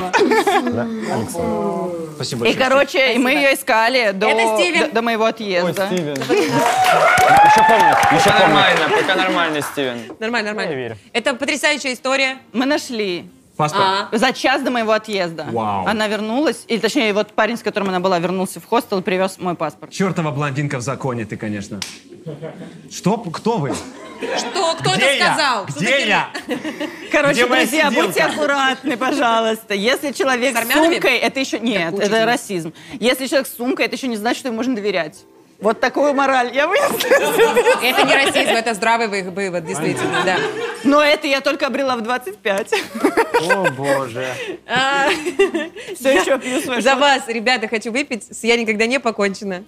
Спасибо И, большое. короче, и мы ее искали до, Это Стивен. до, до моего Ой, отъезда. Стивен. Еще помню. Еще нормально, пока нормально, Стивен. Нормально, нормально. Я верю. Это потрясающая история. Мы нашли. Паспорт. А, За час до моего отъезда. Вау. Она вернулась, или точнее, вот парень, с которым она была, вернулся в хостел и привез мой паспорт. Чертова блондинка в законе ты, конечно. Что? Кто вы? что? Кто Где это я? сказал? Что Где такие- я? Короче, Где моя друзья, сиделка? будьте аккуратны, пожалуйста. Если человек С с, армянами? сумкой, это еще нет, куча это из них. расизм. Если человек с сумкой, это еще не значит, что ему можно доверять. Вот такую мораль я вынесла. Это не расизм, это здравый вы- вывод, действительно, да. Но это я только обрела в двадцать пять. О, боже. А, Все еще пью свой За шот. вас, ребята, хочу выпить. С «Я никогда не» покончено.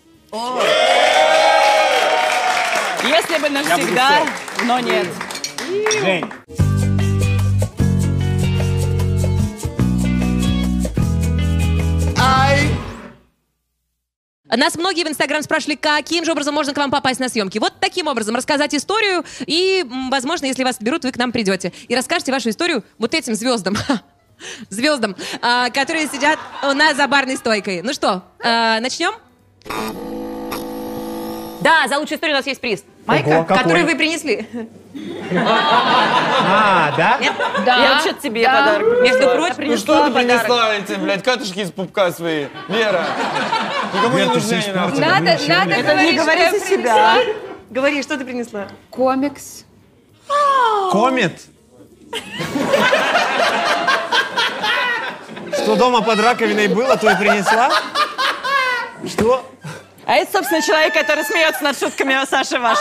Если бы навсегда, но нет. Жень. Нас многие в Инстаграм спрашивали, каким же образом можно к вам попасть на съемки. Вот таким образом. Рассказать историю, и, м, возможно, если вас берут, вы к нам придете. И расскажете вашу историю вот этим звездам. Звездам, а, которые сидят у нас за барной стойкой. Ну что, а, начнем? Да, за лучшую историю у нас есть приз. Ого, какой? Который вы принесли. А, да? Нет? Я вообще-то тебе подарок. Между принесла. прочим, Ну что ты принесла эти, блядь, катышки из пупка свои? Вера, никому не Вер, ты нужны всё они нахуй. испортила. Надо, ничего надо не- Это не говорить, что говори я за себя. Говори, что ты принесла? Комикс. Комет? Что дома под раковиной было, то и принесла? Что? А это, собственно, человек, который смеется над шутками Саши Ваш.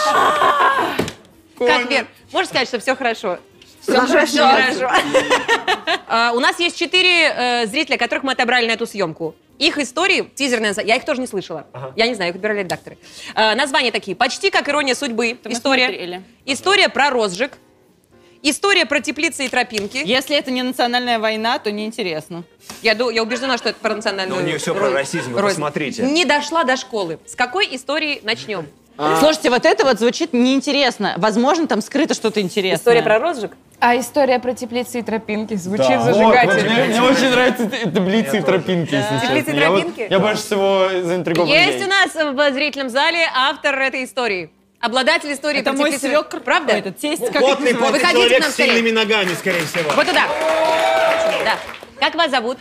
Как, Вер, можешь сказать, что все хорошо? Все Хорошо. А, У нас есть четыре э, зрителя, которых мы отобрали на эту съемку. Их истории, тизерные, я их тоже не слышала. Я не знаю, их отбирали редакторы. А, Названия такие. «Почти как ирония судьбы». мы История. смотрели. История про розжиг. История про теплицы и тропинки. Если это не национальная война, то неинтересно. Я, ду- я убеждена, что это про национальную... Но у нее всё про расизм, вы рознь. посмотрите. Не дошла до школы. С какой истории начнем? Слушайте, вот это вот звучит неинтересно. Возможно, там скрыто что-то интересное. История про розжиг? А история про теплицы и тропинки звучит Да. Вот, вот зажигательно. мне, мне очень нравятся эти таблицы и тропинки, если Теплицы и честно. Я, вот- тропинки? я больше всего заинтригован. Есть ей. у нас в зрительном зале автор этой истории. Обладатель истории Это про мой теплицы. свекр. Правда? Ой, этот тесть, как Плотный, это называется? плотный Выходите к человек нам с скорее. сильными ногами, скорее всего. Вот туда. Да. Как вас зовут?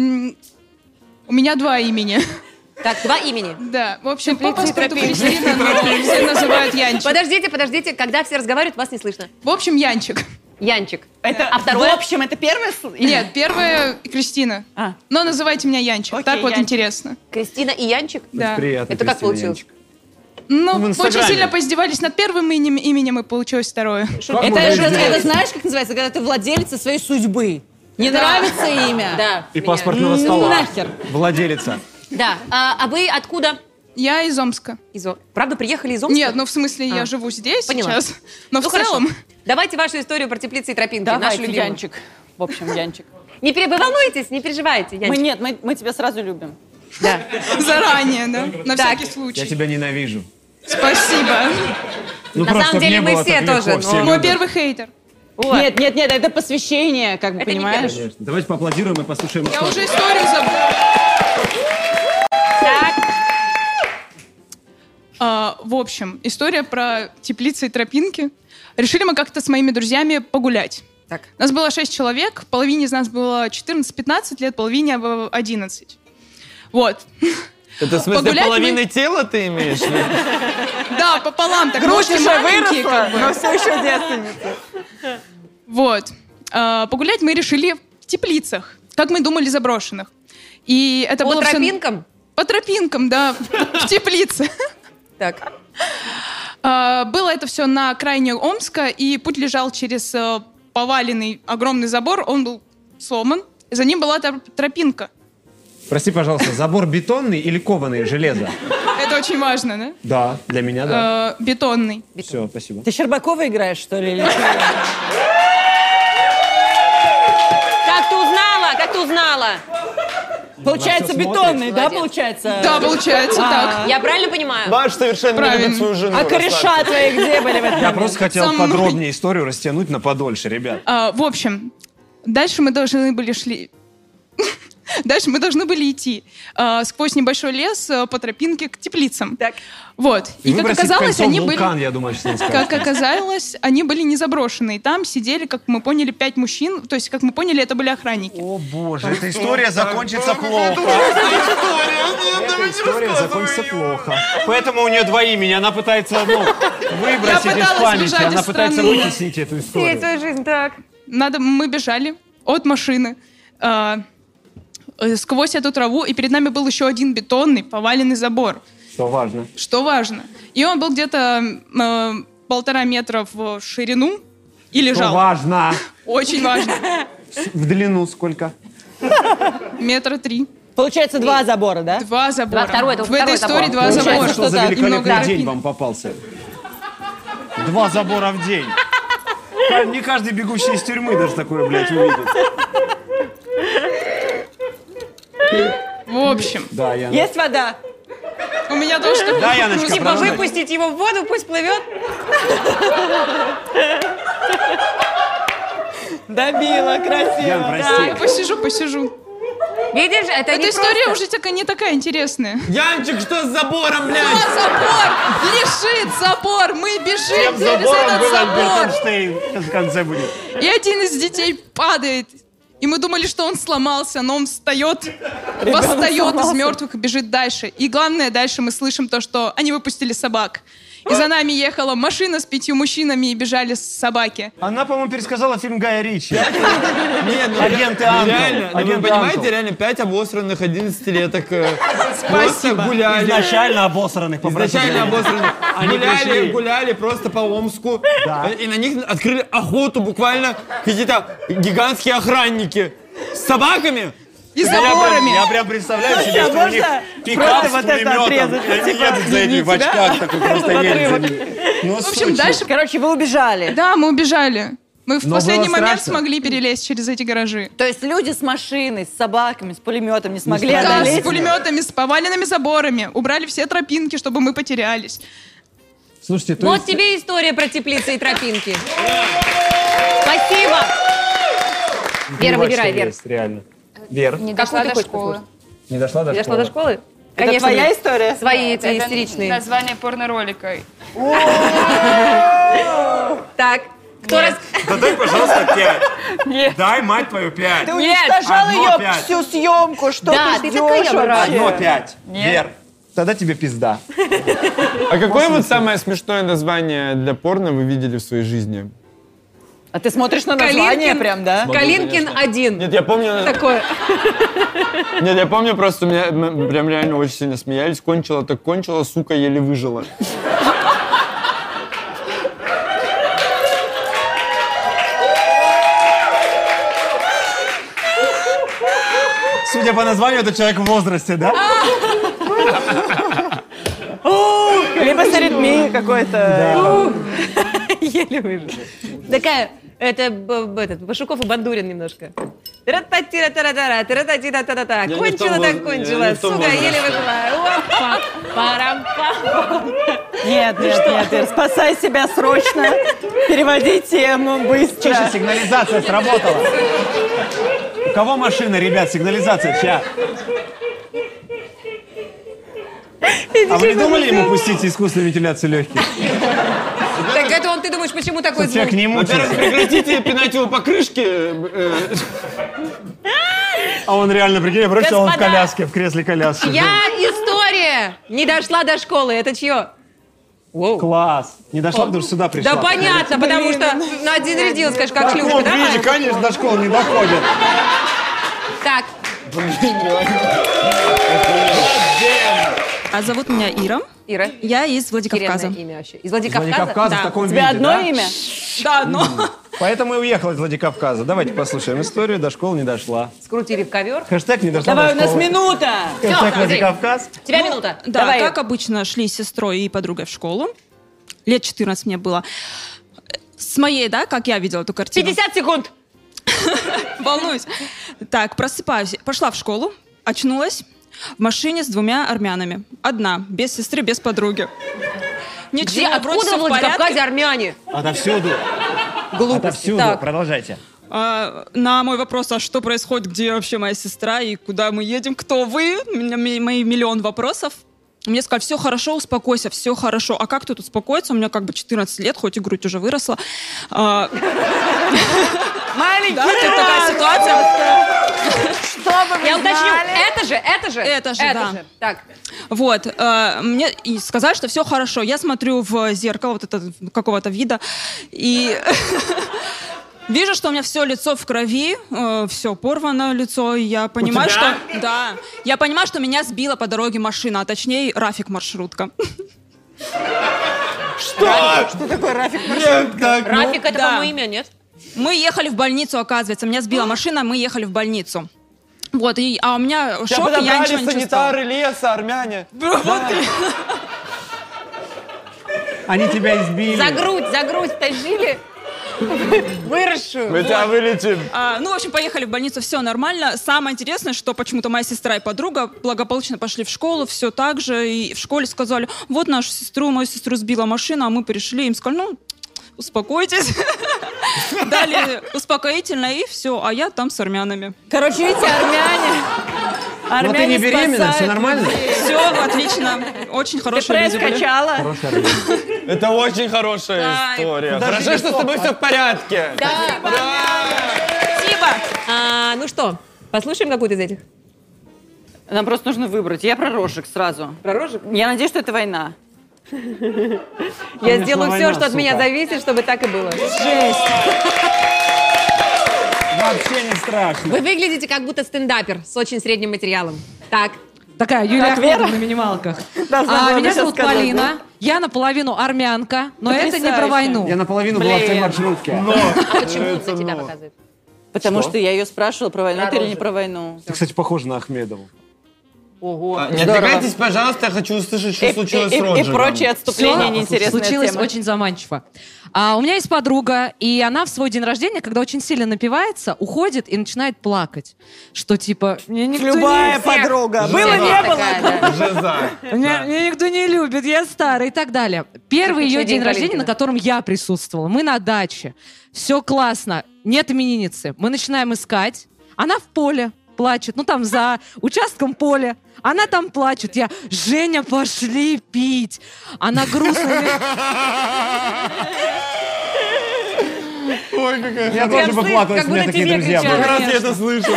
У меня два имени. Так, два имени. Да, в общем, по Теплицы и паспорту тропинки. Кристина, но все называют Янчик. Подождите, подождите. Когда все разговаривают, вас не слышно. В общем, Янчик. Янчик. Это, А второе? В общем, это первое слово? Нет, первая Кристина. А. Но называйте меня Янчик. Окей, Так вот Янчик. интересно. Кристина и Янчик? Да. Приятно, Это как Кристина получилось? Янчик. Ну, в очень Инстаграме. сильно поиздевались над первым именем, именем и получилось второе. Это, можно это, издеваться? это знаешь, как называется, когда ты владелица своей судьбы. Не нравится имя? Да. И меня. паспортного Ну стола. нахер. Владелица. Да. А, а вы откуда? Я из Омска. Из О- Правда, приехали из Омска? Нет, ну в смысле, А. я живу здесь Поняла. сейчас. Но Ну, в целом... хорошо. Давайте вашу историю про теплицы и тропинки. Давайте, нашу любимую. Янчик. В общем, Янчик. Не пере- вы волнуйтесь, не переживайте, Мы Янчик. нет, мы, мы тебя сразу любим. Да. Заранее, да? На Так. всякий Я случай. тебя ненавижу. Спасибо. Ну, На просто самом деле не мы было все так легко, тоже, все но- Мой любят. первый хейтер. Вот. Нет, нет, нет, это посвящение, как бы, Это не понимаешь? первый. Конечно. Давайте поаплодируем и послушаем Я историю. уже историю забыла. Так. А, в общем, история про теплицы и тропинки. Решили мы как-то с моими друзьями погулять. Так. Нас было шесть человек, половине из нас было четырнадцать-пятнадцать лет, половине э, одиннадцать. Вот. Это в смысле Погулять половины мы- тела ты имеешь? в виду? Да, пополам. Так Грудь мы уже маленькие, выросла, как бы. но все еще девственница. Вот. А, погулять мы решили в теплицах, как мы думали, заброшенных. И это По было всё- тропинкам? По тропинкам, да, в теплице. Так. А, Было это все на окраине Омска, и путь лежал через э, поваленный огромный забор, он был сломан, за ним была тор- тропинка. Прости, пожалуйста, забор бетонный или кованый железо? Это очень важно, да? Да, для меня, да. Э, Бетонный. Все, спасибо. Ты Щербакова играешь, что ли? Или что? Как ты узнала? Как ты узнала? Получается, всё бетонный, смотрит. да, Молодец. получается? Да, получается так. Я правильно понимаю? Маш совершенно не Правильно. любит свою жену. А кореша твои где были в этот Я момент? просто хотел Со мной. подробнее историю растянуть на подольше, ребят. А, В общем, дальше мы должны были шли... Дальше мы должны были идти а, сквозь небольшой лес а, по тропинке к теплицам. Так. Вот. И, как выбросить оказалось, кольцо в они были... вулкан, я думаю, что он скажет. Как оказалось, они были не заброшенные. Там сидели, как мы поняли, пять мужчин. То есть, как мы поняли, это были охранники. О боже, эта история закончится плохо. Эта история закончится плохо. Поэтому у нее два имени. Она пытается ну, выбросить Я из пыталась памяти. бежать Она из пытается страны. вытеснить эту Всей историю. свою жизнь, так. Надо, мы бежали от машины а, э, сквозь эту траву, и перед нами был еще один бетонный поваленный забор. Что важно. Что важно. И он был где-то э, полтора метра в ширину и Что лежал. важно. Очень важно. В длину сколько? Метра три. Получается, два забора, да? Два забора. Два, второй, это в этой второй истории забор. два Получается, забора. Что за так, И много великолепный день тропинок. вам попался? Два забора в день. Не каждый бегущий из тюрьмы даже такое, блядь, увидит. В общем, Да, я... Есть вода? У меня тоже такой. Да, Яночка, Типа продолжай. выпустить его в воду, пусть плывет. Добила, красиво. Ян, прости. Посижу, посижу. Видишь, это Эта не история просто. уже такая, не такая интересная. Янчик, что с забором, блядь? А, забор! Лежит забор! Мы бежим через Забором этот был забор! Альбертенштейн. Сейчас в конце будет. И один из детей падает. И мы думали, что он сломался, но он встает, восстает из мертвых и бежит дальше. И главное, дальше мы слышим то, что они выпустили собак. И за нами ехала машина с пятью мужчинами и бежали собаки. Она, по-моему, пересказала фильм Гая Ричи. Нет, ну, Агенты ну, Ангел. реально, ну, вы Агенты понимаете, Ангел. реально, пять обосранных одиннадцатилеток э, просто гуляли. Изначально обосранных, попросили. Изначально обосранных. Они Гуляли, пришли. гуляли просто по Омску. Э, И на них открыли охоту буквально какие-то гигантские охранники. С собаками. И Я прям, заборами. я прям представляю себе, А что у них можно пикап просто с вот это пулеметом. отрезать, И они типа, едут за этими не в тебя, очках, такой просто в едет за отрывок. ними. Ну, В общем, дальше... Короче, вы убежали. Да, мы убежали. Мы в Но последний было момент страшно. смогли перелезть через эти гаражи. То есть люди с машиной, с собаками, с пулеметом не смогли Да, с одолеть? пулеметами, с поваленными заборами. Убрали все тропинки, чтобы мы потерялись. Слушайте, то Вот есть... тебе история про теплицы и тропинки. Спасибо. Вера, выбирай, Вер. Есть, реально. Вер, Не Какую дошла ты до хочешь школы. не дошла до Дошла школы? до школы? Это Конечно, твоя блин. история? Свои эти Это истеричные. название порноролика. Так, кто раз... Да дай, пожалуйста, пять. Нет. Дай, мать твою, пять. Ты уничтожал Одно ее пять. всю съемку, что Да, ты ты такая ждешь мразь. вообще? Одно пять. Вер, тогда тебе пизда. А какое вот самое смешное название для порно вы видели в своей жизни? А ты смотришь на название Калинкин. прям, да? Калинкин один. Нет, я помню... Такое. Нет, я помню просто, у меня мы прям реально очень сильно смеялись. Кончила так кончила, сука, еле выжила. Судя по названию, это человек в возрасте, да? Либо с аритмией какой-то. Еле выжил. Такая, это б- б- этот, Башуков и Бандурин немножко. Тра-та-тира-тара-тара, тра-та-тира-та-та-та. не в Кончила том так воз- кончила, я не в том сука, возрасте. еле выжила. Опа, парам-пам. Нет, нет, нет, Ир, спасай себя срочно. Переводи тему быстро. Тише, сигнализация сработала. У кого машина, ребят, сигнализация, чья? А вы не думали ему пустить искусственную вентиляцию легких? Так это он, ты думаешь, почему такой Человек звук? не Во-первых, мучается. прекратите пинать его по крышке. э, А он реально, прикинь, бросил он в Господа, коляске, в кресле коляски. Я история не дошла до школы. Это чье? Воу. Класс. Не дошла, потому что сюда пришла. Да понятно, потому что на один рядил, скажешь, как шлюшка, Он, да? видите, конечно, до школы не доходит. Так, А зовут меня Ира. Ира. Я из Владикавказа. Охеренное имя вообще. Из Из Владикавказа? Владикавказа Да. в таком У тебя виде, одно да? имя? Да, но... Поэтому и уехала из Владикавказа. Давайте послушаем историю. До школы не дошла. Скрутили в ковер. Хэштег не дошла Давай, у до нас школы. минута. Хэштег Всё, Владикавказ. У тебя минута. Да, Давай. как обычно, шли с сестрой и подругой в школу. Лет четырнадцать мне было. С моей, да, как я видела эту картину. пятьдесят секунд. Волнуюсь. Так, просыпаюсь. Пошла в школу, очнулась в машине с двумя армянами. Одна, без сестры, без подруги. Ничего, Где, вроде откуда всё в в порядке. Владикавказе армяне? Отовсюду. Глупости. Отовсюду. Так. Продолжайте. А, на мой вопрос, а что происходит, где вообще моя сестра и куда мы едем, кто вы, у меня ми- мои миллион вопросов. Мне сказали, все хорошо, успокойся, все хорошо. А как тут успокоиться? У меня как бы четырнадцать лет, хоть и грудь уже выросла. А, Маленький да, тут такая ситуация. Чтобы Я вы уточню, знали. это же, это же. Это же, да. Так. Вот, э, мне и сказали, что все хорошо. Я смотрю в зеркало вот это какого-то вида и вижу, что у меня все лицо в крови, все порвано лицо. И я понимаю, что да, я понимаю, что меня сбила по дороге машина, а точнее Рафик маршрутка. Что? Что такое Рафик? Рафик, это, да. по-моему, имя, нет? Мы ехали в больницу, оказывается, меня сбила машина, мы ехали в больницу. Вот, и, а у меня Тебя шок, и я подобрали ничего не чувствовала. санитары леса, армяне. Они тебя избили. За грудь, за грудь тащили. Выросшую. Мы тебя вылечим. А, ну, в общем, поехали в больницу, все нормально. Самое интересное, что почему-то моя сестра и подруга благополучно пошли в школу, все так же. И в школе сказали, вот нашу сестру, мою сестру сбила машина, а мы пришли. Им сказали, ну, успокойтесь. Дали успокоительно, и все. А я там с армянами. Короче, видите, армяне... Но ты не беременна, все нормально? Все, отлично. Очень хорошие люди были. качала. Это очень хорошая Да. история. Хорошо, что с тобой все в порядке. Спасибо. А, ну что, послушаем какую-то из этих? Нам просто нужно выбрать. Я про рожек сразу. Про рожек? Я надеюсь, что это война. Я сделаю все, что от меня зависит, чтобы так и было. Вообще не страшно. Вы выглядите как будто стендапер с очень средним материалом. Так. Такая Юлия Ахмедова на минималках. А, меня зовут Полина. Я наполовину армянка, но это не про войну. Я наполовину была в той маршрутке. А почему он на тебя показывает? Потому что я ее спрашивала, про войну или не про войну. Ты, кстати, похожа на Ахмедову. Ого. Не отвлекайтесь, пожалуйста, я хочу услышать, что случилось с Роджером. И прочие отступления неинтересные Случилось темы. очень заманчиво. А, у меня есть подруга, и она в свой день рождения, когда очень сильно напивается, уходит и начинает плакать. Что типа, мне никто Любая не... подруга. Жиза Было, не было. такая, да. Жиза. Меня, меня никто не любит, я старая и так далее. Первый ее День день рождения, Валентина. на котором я присутствовала. Мы на даче. Все классно. Нет именинницы. Мы начинаем искать. Она в поле плачет. Ну, там за участком поля. Она там плачет. Я, Женя, пошли пить. Она грустная. Ой, какая... Я тоже бы плакал, если у меня такие друзья были. Как раз я это слышал.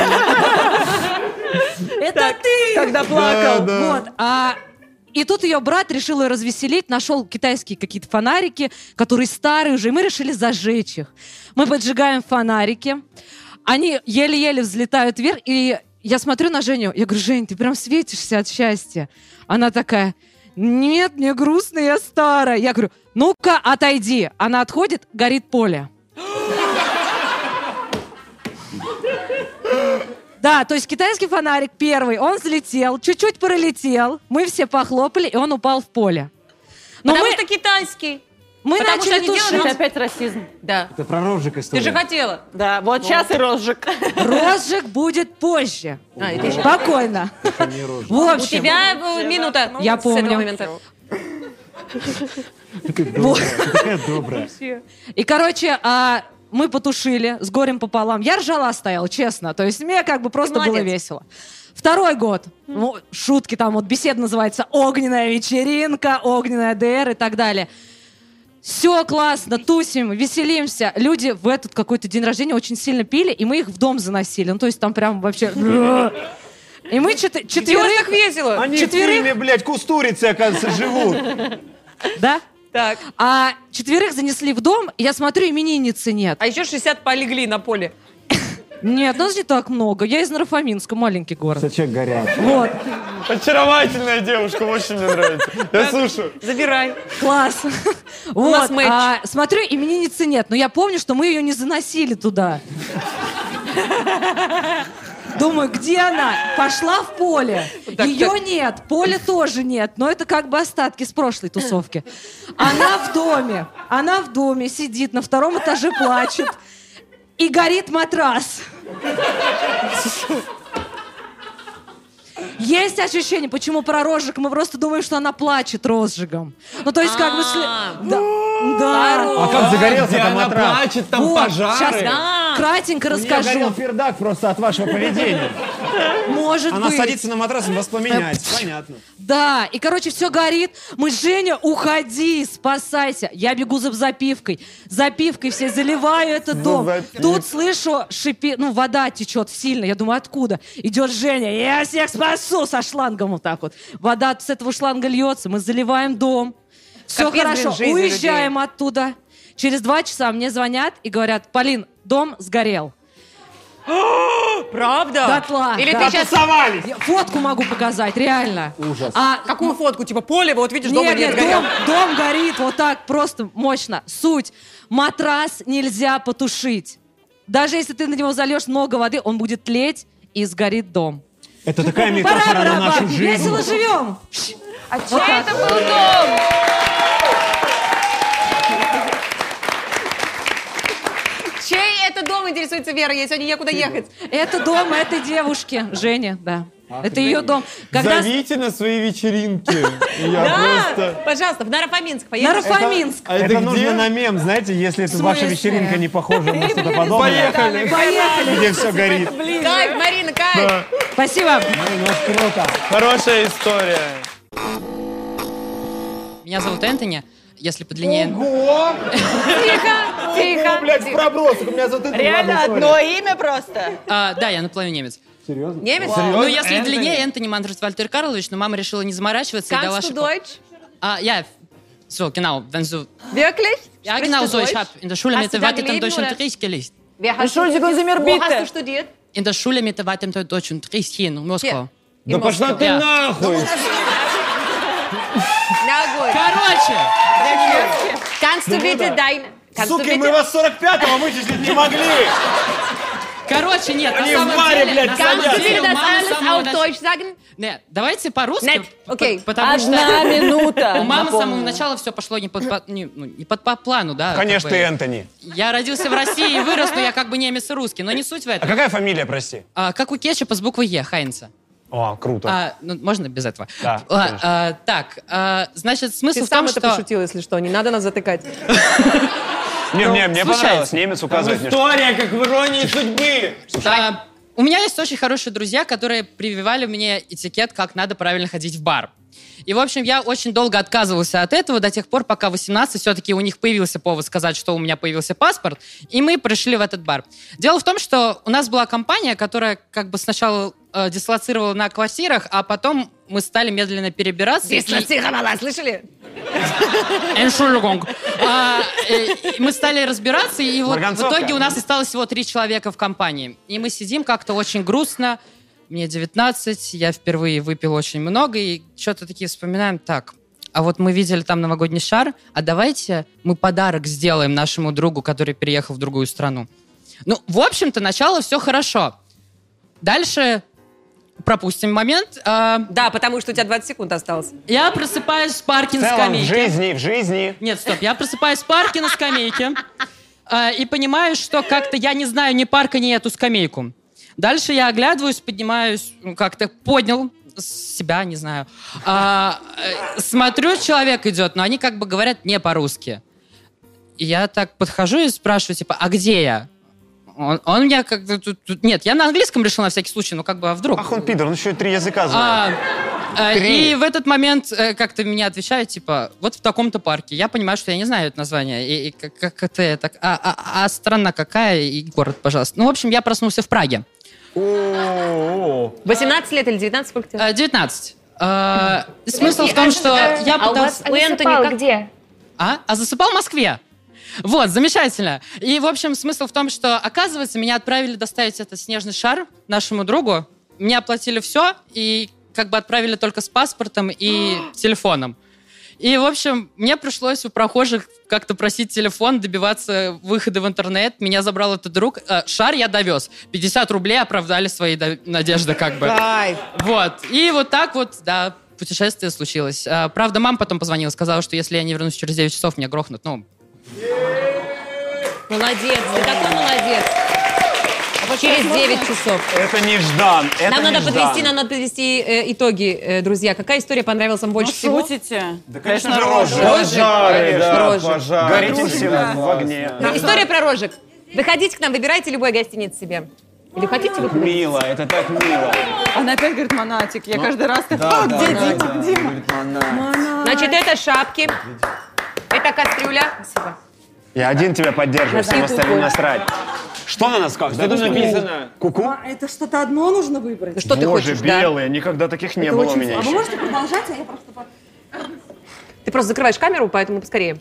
Это ты! Когда плакал. Вот. А, и тут ее брат решил ее развеселить, нашел китайские какие-то фонарики, которые старые уже, и мы решили зажечь их. Мы поджигаем фонарики, они еле-еле взлетают вверх, и я смотрю на Женю, я говорю, Жень, ты прям светишься от счастья. Она такая, нет, мне грустно, я старая. Я говорю, ну-ка, отойди. Она отходит, горит поле. Да, то есть китайский фонарик первый, он взлетел, чуть-чуть пролетел, мы все похлопали, и он упал в поле. Но Потому мы, что китайский. мы потому что начали они делают- тушить. Это опять расизм. Да. Это про Рожик Ты история. же хотела. Да, вот сейчас и розжиг. Розжиг будет позже. А, и ты еще- Спокойно. В У общем, тебя э, минута Я с помню. этого момента. Ты добрая, ты такая добрая. и, короче, а, мы потушили с горем пополам. Я ржала стояла, честно. То есть мне как бы просто Ты было молодец. весело. Второй год. Ну, шутки там, вот беседа называется «Огненная вечеринка», «Огненная ДР» и так далее. Все классно, тусим, веселимся. Люди в этот какой-то день рождения очень сильно пили, и мы их в дом заносили. Ну, то есть там прям вообще... И мы чет- Делать четверых... так весело. Они в Четверых? фильме, блядь, кустурицы, оказывается, живут. Да? Так. А четверых занесли в дом, и я смотрю, именинницы нет. А еще шестьдесят полегли на поле. Нет, нас не так много. Я из Нарафаминска, маленький город. Зачем горят? Вот, Очаровательная девушка, очень мне нравится. Я слушаю. Забирай. класс. нас Вот, матч. а, смотрю, именинницы нет, но я помню, что мы ее не заносили туда. Думаю, где она? Пошла в поле. Ее нет, поля тоже нет, но это как бы остатки с прошлой тусовки. Она в доме, она в доме сидит, на втором этаже плачет. И горит матрас. Есть ощущение, почему про розжиг мы просто думаем, что она плачет розжигом. Ну, то есть, как бы... сли- Да. Да. А как загорелся Где там она матрас? плачет, там Вот, пожары. сейчас Да. кратенько У нее горел расскажу. пердак просто от вашего поведения. Может Она быть. садится на матрас и воспламеняется. Понятно. Да, и, короче, все горит. Мы, Женя, уходи, спасайся. Я бегу за запивкой. Запивкой все заливаю этот дом. запивкой. Тут слышу, шипи, ну, вода течет сильно. Я думаю, откуда? Идет Женя, я всех спасу со шлангом вот так вот. Вода с этого шланга льется, мы заливаем дом. Все Капец, блин, хорошо, жизнь уезжаем оттуда. Через два часа мне звонят и говорят, Полин, дом сгорел. Правда? Дотла. Или да. ты сейчас... Я фотку могу показать, реально. Ужас. А, Какую фотку? Типа поле, вот видишь, дома нет, нет, нет, горел. дом, дом горит вот так просто мощно. Суть. Матрас нельзя потушить. Даже если ты на него зальешь много воды, он будет тлеть и сгорит дом. Это такая Пора, метафора на пора, нашу пора. жизнь. Весело живем. А чей это был дом? домом интересуется Вера, ей сегодня некуда ехать. Это дом этой девушки, Жени, да. Это ее дом. Когда... Зовите на свои вечеринки. Я Да, просто... пожалуйста, в Нарафаминск На поехали. Рафаминск. А это Это где? нужно на мем, знаете, если это ваша смысле? вечеринка не похожа на что-то подобное. Поехали. Поехали. Где все горит. Кайф, Марина, кайф. Спасибо. Хорошая история. Меня зовут Энтони, если подлиннее. Тихо, тихо. Блять, в пробросах. У меня зовут Энтони. Реально одно имя просто. А, да, я наполовину немец. Немец? Ну, если длиннее, Энтони Манфред Вальтер Карлович, но мама решила не заморачиваться и дала Kannst du шоколад. Deutsch? А, ja, so, genau, wenn du... Wirklich? Ja, Sprichst genau du so, ich Deutsch? habe in der Schule Hast mit du da weitem gelebt, Deutschunterricht gelesen. Wer hast Entschuldigung, Sie mir Wo bitte. hast du studiert? In der Schule mit weitem Deutschunterricht hier in Moskau. Да пошла ты Ja. нахуй. Na gut. Короче, Kannst du bitte dein... Kannst du Суки, мы bitte... вас сорок пятого вычислить не могли. короче, нет, на Они в самом баре, деле... блядь, на самом Kannst du деле, bitte das мама с alles самого auf нач- Deutsch sagen? Не, давайте по-русски. Нет, окей. п- Потому что... Одна минута. У мамы с Напомню. самого начала все пошло не, под, по- не, ну, не под по плану, да. Конечно, как ты бы. Энтони. Я родился в России и вырос, но я как бы немец и русский. Но не суть в А этом. какая фамилия, прости? А, как у кетчупа с буквой Е, Хайнца. О, круто. А, ну, можно без этого? Да, А, конечно. а, так, а, значит, смысл Ты в том, сам это что... пошутил, если что, не надо нас затыкать. Не, мне, мне случается. понравилось немец указывать мне. История, как в иронии судьбы. А, у меня есть очень хорошие друзья, которые прививали мне этикет, как надо правильно ходить в бар. И, в общем, я очень долго отказывался от этого до тех пор, пока в восемнадцать все-таки у них появился повод сказать, что у меня появился паспорт, и мы пришли в этот бар. Дело в том, что у нас была компания, которая как бы сначала э, дислоцировала на квартирах, а потом мы стали медленно перебираться. и- Дислоцировала, слышали? Entschuldigung. А, э, и мы стали разбираться, и вот в Марганцовка. итоге у нас осталось всего три человека в компании. И мы сидим как-то очень грустно. Мне девятнадцать, я впервые выпил очень много, и что-то такие вспоминаем. Так, а вот мы видели там новогодний шар, а давайте мы подарок сделаем нашему другу, который переехал в другую страну. Ну, в общем-то, начало все хорошо. Дальше пропустим момент. А, Да, потому что у тебя двадцать секунд осталось. я просыпаюсь в парке В на целом, в скамейке. жизни, в жизни. Нет, стоп, я просыпаюсь в парке на скамейке э, и понимаю, что как-то я не знаю ни парка, ни эту скамейку. Дальше я оглядываюсь, поднимаюсь, ну, как-то поднял с себя, не знаю. А, э, смотрю, человек идет, но они как бы говорят не по-русски. И я так подхожу и спрашиваю, типа, а где я? Он, он меня как-то тут, тут... Нет, я на английском решил на всякий случай, ну как бы, а вдруг? Ах, он пидор, он еще и три языка знает. А, э, Три. и в этот момент э, как-то меня отвечают, типа, вот в таком-то парке. Я понимаю, что я не знаю это название. И, и как, как это, это а, а, а страна какая и город, пожалуйста. Ну, в общем, я проснулся в Праге. О-о-о. восемнадцать лет или девятнадцать, сколько тебе? Э, девятнадцать. Э, смысл в том, что я А у вас пытался... у Энтони как... где? А? А засыпал в Москве. Вот, замечательно. И, в общем, смысл в том, что, оказывается, меня отправили доставить этот снежный шар нашему другу. Мне оплатили все, и как бы отправили только с паспортом и телефоном. И, в общем, мне пришлось у прохожих как-то просить телефон, добиваться выхода в интернет. Меня забрал этот друг. Э, Шар я довез. пятьдесят рублей оправдали свои до- надежды как бы. Кайф. Вот. И вот так вот, да, путешествие случилось. А, правда, мама потом позвонила, сказала, что если я не вернусь через девять часов, меня грохнут. Ну, Молодец, ты такой молодец. Через девять часов. Это неждан, это Нам надо неждан. подвести, нам надо подвести э, итоги, э, друзья. Какая история понравилась вам больше всего? Шутите? Да, конечно же, рожи. Пожары, да, Рожи. пожары. Горите все в огне. История про рожек. Выходите к нам, выбирайте любой гостиниц себе. Или хотите вы? Мило, это так мило. Она опять говорит монатик. Я каждый раз... Да, «А, да, где да, Дима? да. Дима?» Говорит, «Мона». Значит, это шапки. Это кастрюля. Спасибо. Я один тебя поддерживаю, всем остальным насрать. Что на носках? Что тут написано? Ку-ку? Это что-то одно нужно выбрать. Ну, что ты Боже, хочешь, да? белые, никогда таких не было у меня А вы еще. можете продолжать, а я просто... по- Ты просто закрываешь камеру, поэтому поскорее.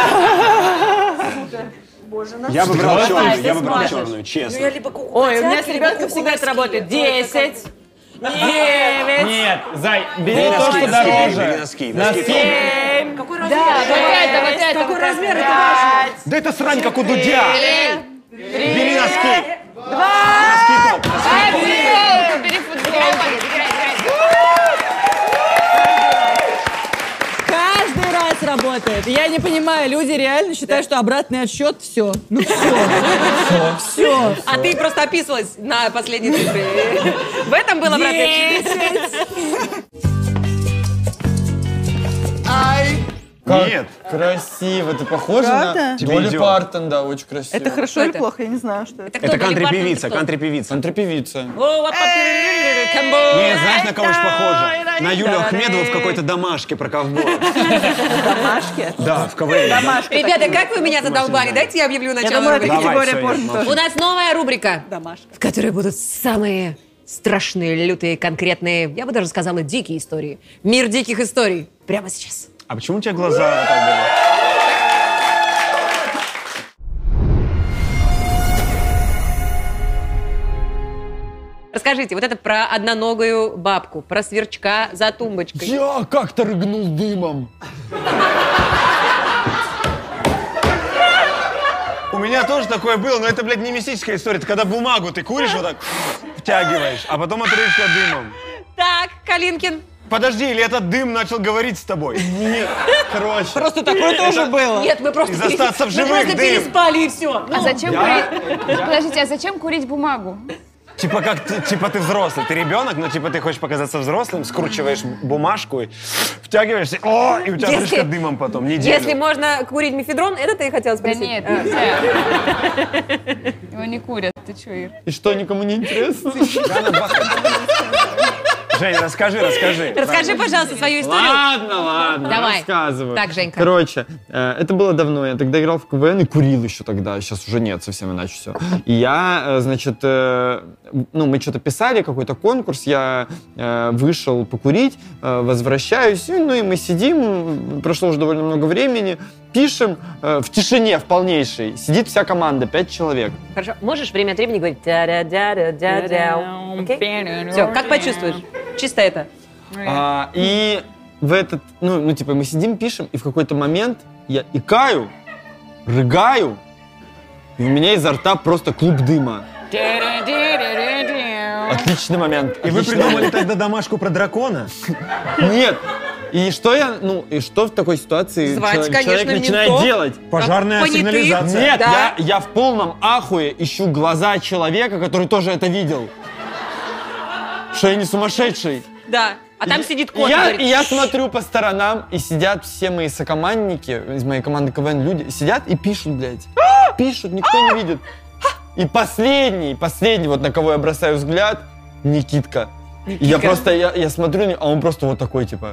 Я бы брал Давай, черную, ты я бы брал сможешь. черную, Ну, я честно. либо ку- Ой, у меня с котятки, ребенком либо всегда это ку-ку работает. носки. Десять. Девять. Нет, Зай, бери Бери то, носки, что носки, бери дороже. носки, носки. Семь. Какой размер? вот это, вот это, Какой вот размер? это. Это важно. Да это срань, как у Дудя. Бери носки. Два. Носки топ, носки топ. Бери футбол. Каждый раз работает. работает. Я не понимаю, люди реально считают, что обратный отсчет все. Ну все. Все. А ты просто описывалась на последней цифре. В этом был обратный отсчет. Как Нет. красиво. Ты похожа Правда? на Тебе Долли идет. Партон, да, очень красиво. Это хорошо или плохо? Я не знаю, что это. Это кантри-певица, кантри-певица. Кантри-певица. Не, знаешь, на кого очень похожа? На Юлю Ахмедову в какой-то домашке про ковбоя. Домашки? Да, в КВН. Домашки. Ребята, как вы меня задолбали? Дайте я объявлю Я начало думаю, это рубрики. Давай, категория всё, порно я У нас новая рубрика, Домашки. в которой будут самые страшные, лютые, конкретные, я бы даже сказала, дикие истории. Мир диких историй. Прямо сейчас. А почему у тебя глаза так были? Расскажите, вот это про одноногую бабку, про сверчка за тумбочкой. Я как-то рыгнул дымом. У меня тоже такое было, но это, блядь, не мистическая история. Это когда бумагу ты куришь вот так, втягиваешь, а потом отрываешься дымом. Так, Калинкин. Подожди, или этот дым начал говорить с тобой? Нет, короче. Просто такое тоже было. Нет, мы просто, Из остаться в мы живых просто дым. переспали и все. А зачем курить? Подождите, а зачем курить бумагу? Типа как ты, типа ты взрослый, ты ребенок, но типа ты хочешь показаться взрослым, скручиваешь бумажку, и втягиваешься, о, и у тебя Если- крышка дымом потом, неделю. Если можно курить мефедрон, это ты хотела Да спросить? нет, А. нельзя. Его не курят, ты чё, Ир? И что, никому не интересно? Женя, расскажи, расскажи. Расскажи, пожалуйста, свою историю. Ладно, ладно, Давай. рассказываю. Так, Женька. Короче, э, это было давно, я тогда играл в КВН и курил еще тогда, сейчас уже нет, совсем иначе все. И я, э, значит, э, ну, мы что-то писали, какой-то конкурс, я э, вышел покурить, э, возвращаюсь, и, ну и мы сидим, прошло уже довольно много времени, пишем э, в тишине, в полнейшей, сидит вся команда, пять человек. Хорошо. Можешь время от времени говорить «да-да-да-да-да-да». Окей? Все, как почувствуешь? Чисто это. А, и в этот, ну, ну, типа, мы сидим, пишем, и в какой-то момент я икаю, рыгаю, и у меня изо рта просто клуб дыма. Отличный момент. И вы отличный придумали момент. тогда домашку про дракона? Нет. И что я, ну, и что в такой ситуации Звать, человек, конечно, человек начинает ментов. делать? Пожарная Понятых. сигнализация. Нет, Да. я, я в полном ахуе ищу глаза человека, который тоже это видел. Что я не сумасшедший. Да. А там И- сидит и кот. и я, говорит, и я «Шш». смотрю по сторонам, и сидят все мои сокомандники, из моей команды КВН люди, сидят и пишут, блядь. Пишут, никто не видит. И последний, последний, вот на кого я бросаю взгляд, Никитка. И я просто, я, я смотрю, на него, а он просто вот такой, типа...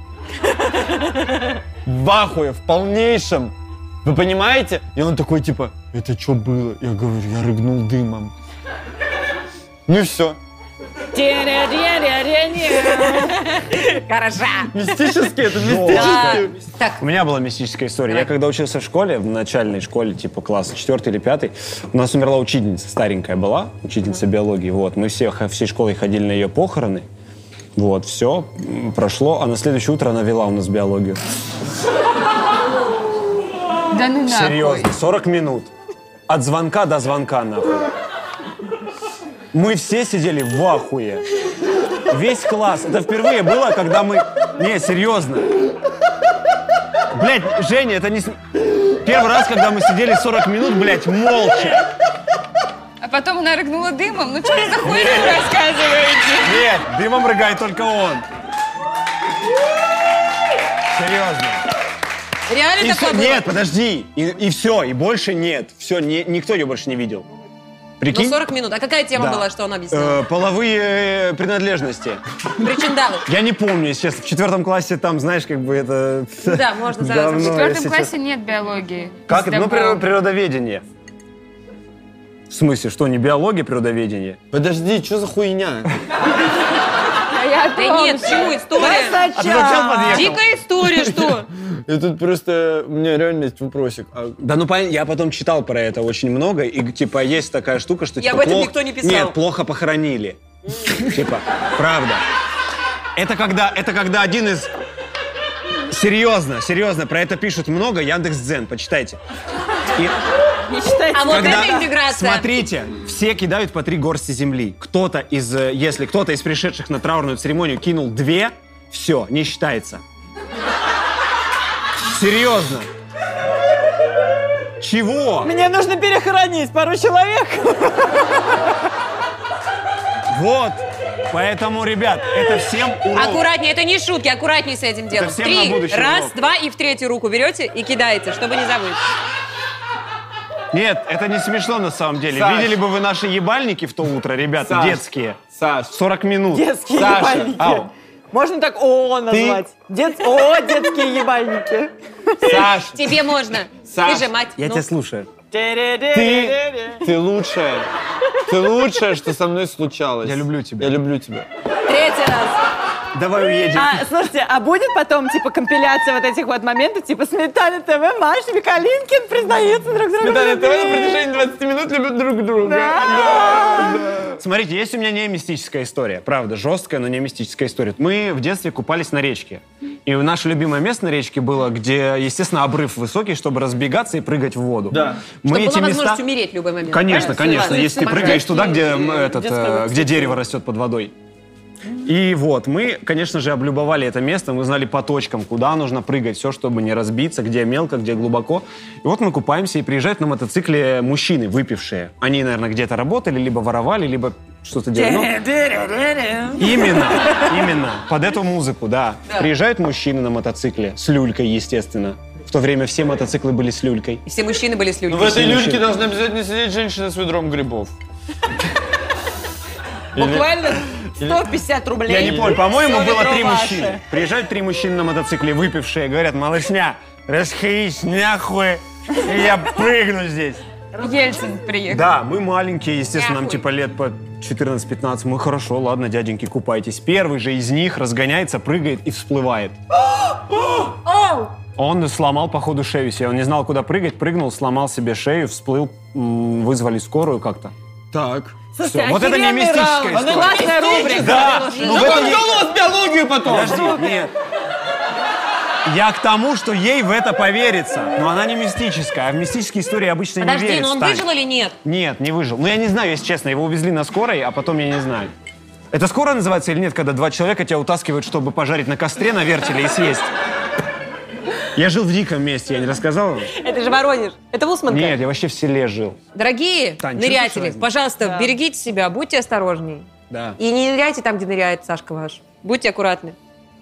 В ахуе, в полнейшем. Вы понимаете? И он такой, типа, это что было? Я говорю, я рыгнул дымом. Ну и все. Хороша. Мистически, это Да. мистически. Так, У меня была мистическая история. Я когда учился в школе, в начальной школе, типа класса четвертый или пятый, у нас умерла учительница, старенькая была, учительница биологии. Вот, мы все, х- всей школой ходили на ее похороны. Вот, все, м, прошло. А на следующее утро она вела у нас биологию. Да ну нахуй. Серьезно, сорок минут. От звонка до звонка, нахуй. Мы все сидели в ахуе. Весь класс. Это впервые было, когда мы... Не, серьезно. Блядь, Женя, это не... см- Первый раз, когда мы сидели сорок минут, блядь, молча. А потом она рыгнула дымом. Ну что вы за хуйню рассказываете? Нет, дымом рыгает только он. Серьезно. реально И такое всё- было? Нет, подожди. И, и все, и больше нет. Все, не- никто ее больше не видел. Прикинь? Ну, сорок минут. А какая тема Да. была, что он объяснил? Э, половые э, принадлежности. Причиндалы. Я не помню, если честно. В четвертом классе там, знаешь, как бы это... Да, можно за- давно, В четвертом если классе честно. нет биологии. Как это? Ну, Пиздобол. приро- природоведение. В смысле, что, не биология, природоведение? Подожди, что за хуйня? А я о Да том нет, же. почему история? А ты зачем подъехал? Дикая история, что? И тут просто у меня реально есть вопросик. А Да ну, понятно, я потом читал про это очень много, и типа есть такая штука, что И типа об этом плохо- никто не писал. Нет, плохо похоронили. Типа, правда. Это когда, это когда один из... Серьезно, серьезно, про это пишут много, Яндекс.Дзен, почитайте. И Не считайте. А вот когда- это интеграция. Смотрите, все кидают по три горсти земли. Кто-то из, э, если кто-то из пришедших на траурную церемонию кинул две, все, не считается. Серьезно. Чего? Мне нужно перехоронить пару человек. Вот. Поэтому, ребят, это всем урок. Аккуратнее, это не шутки, аккуратнее с этим делом. всем Три, на будущее раз, урок. два, и в третью руку берете и кидаете, чтобы не забыть. Нет, это не смешно на самом деле. Саш. Видели бы вы наши ебальники в то утро, ребята, Саш. детские. Саш. сорок минут. Детские Саша, ебальники. ау. Можно так ООО назвать? Дет... О, детские ебальники. Саш, Тебе можно. Саш, Ты же мать. Я Ну. тебя слушаю. ты, ты лучшая. Ты лучшее, что со мной случалось. Я люблю тебя. Я люблю тебя. Третий раз. Давай уедем. А, слушайте, а будет потом, типа, компиляция вот этих вот моментов, типа, Сметана ТВ, Маша Микалинкин признаются друг другу. Сметана ТВ на протяжении двадцати минут любят друг друга. Смотрите, есть у меня не мистическая история. Правда, жесткая, но не мистическая история. Мы в детстве купались на речке. И наше любимое место на речке было, где, естественно, обрыв высокий, чтобы разбегаться и прыгать в воду. Да. Мы Чтобы эти была места... возможность умереть в любой момент. Конечно, правильно? конечно, Ладно. если ты прыгаешь туда, где, м, этот, э, где дерево растет под водой. И вот, мы, конечно же, облюбовали это место, мы знали по точкам, куда нужно прыгать, все, чтобы не разбиться, где мелко, где глубоко. И вот мы купаемся, и приезжают на мотоцикле мужчины, выпившие. Они, наверное, где-то работали, либо воровали, либо что-то делали. Ну, именно, именно, под эту музыку, да. Приезжают мужчины на мотоцикле, с люлькой, естественно. В то время все мотоциклы были с люлькой. И все мужчины были с Но люлькой. в этой Мужчины. люльке должна обязательно сидеть женщина с ведром грибов. Буквально сто пятьдесят рублей. Я не помню, по-моему, Сто было ведро три ваше. мужчины. Приезжают три мужчины на мотоцикле, выпившие, говорят: малышня, расхрись нахуй, и я прыгну здесь. Ельцин приехал. Да, мы маленькие, естественно, нам Нахуй. типа лет по четырнадцать-пятнадцать. Мы: хорошо, ладно, дяденьки, купайтесь. Первый же из них разгоняется, прыгает и всплывает. Он сломал, походу, шею себе. Он не знал, куда прыгать, прыгнул, сломал себе шею, всплыл, м, вызвали скорую как-то. Так. Слушайте, Всё, вот это не охеренный мистическая раунд. история. Классная рубрика. Да, Слушай, ну ну в этом Кто у вас биологию потом? Подожди, нет. Я к тому, что ей в это поверится. Но она не мистическая, а в мистические истории обычно Подожди, не верят. но он Стань. выжил или нет? Нет, не выжил. Ну, я не знаю, если честно. Его увезли на скорой, а потом я не знаю. Это скорая называется или нет, когда два человека тебя утаскивают, чтобы пожарить на костре на вертеле и съесть? Я жил в диком месте, я не рассказал вам? Это же Воронеж. Это Усманка. Нет, я вообще в селе жил. Дорогие Тань, нырятели, чувствуешь разницу? пожалуйста, берегите себя, будьте осторожнее. Да. И не ныряйте там, где ныряет Сашка ваш. Будьте аккуратны.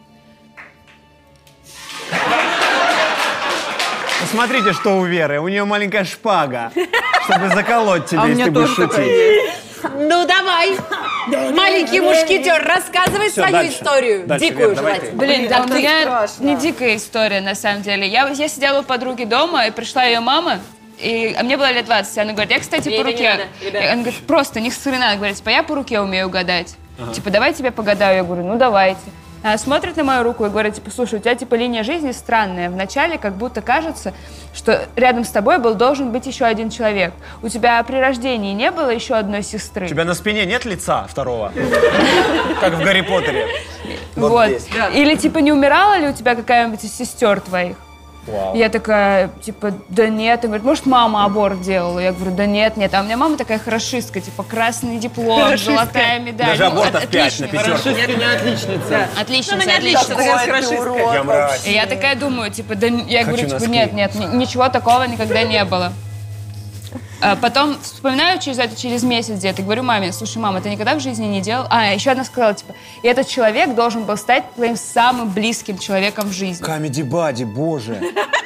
Посмотрите, что у Веры. У нее маленькая шпага, чтобы заколоть тебя, А у если меня ты будешь тоже такая шутить. Ну давай, маленький мушкетер, рассказывай Всё, свою дальше. историю. Дальше, Дикую Вер, давай желательно. ты. Блин, Да да, у ты меня страшно. не дикая история, на самом деле. Я, я сидела у подруги дома, и пришла ее мама, и а мне было лет двадцать. Она говорит: я, кстати, Ей по это не руке. надо, ребят. Она говорит: просто ни хрена. Она говорит: типа, я по руке умею гадать. Типа, давай тебе погадаю. Я говорю: ну давайте. Она смотрит на мою руку и говорит: типа, слушай, у тебя типа линия жизни странная. Вначале как будто кажется, что рядом с тобой был должен быть еще один человек. У тебя при рождении не было еще одной сестры. У тебя на спине нет лица второго? Как в Гарри Поттере. Вот. здесь. Или типа не умирала ли у тебя какая-нибудь из сестер твоих? Вау. Я такая, типа, да нет. Она говорит: может, мама аборт делала? Я говорю: да нет, нет. А у меня мама такая хорошистка, типа, красный диплом, золотая медаль. Даже Ну, абортов от- пять на отличница. пятерку. не отличница. Отличница, Ну, она не отличница. отличница. Я мразь. И я такая думаю, типа, да, н- я Хочу говорю, типа, носки. нет, нет, ни- ничего такого никогда не было. А потом вспоминаю через это, через месяц где-то, говорю маме: слушай, мама, ты никогда в жизни не делал? А, еще одна сказала, типа, и этот человек должен был стать твоим самым близким человеком в жизни. Камеди Бади, боже.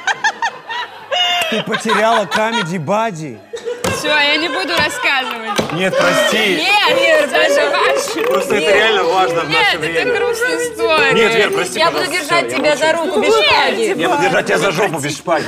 Ты потеряла Камеди Бади. Все, я не буду рассказывать. Нет, прости. Нет, нет, даже ваш. Просто это реально важно в Нет, наше это время. грустная история. Нет, Вер, прости, Я буду пожалуйста. держать Всё, тебя я за молчу. руку без шпаги. Я буду держать тебя за жопу без шпаги.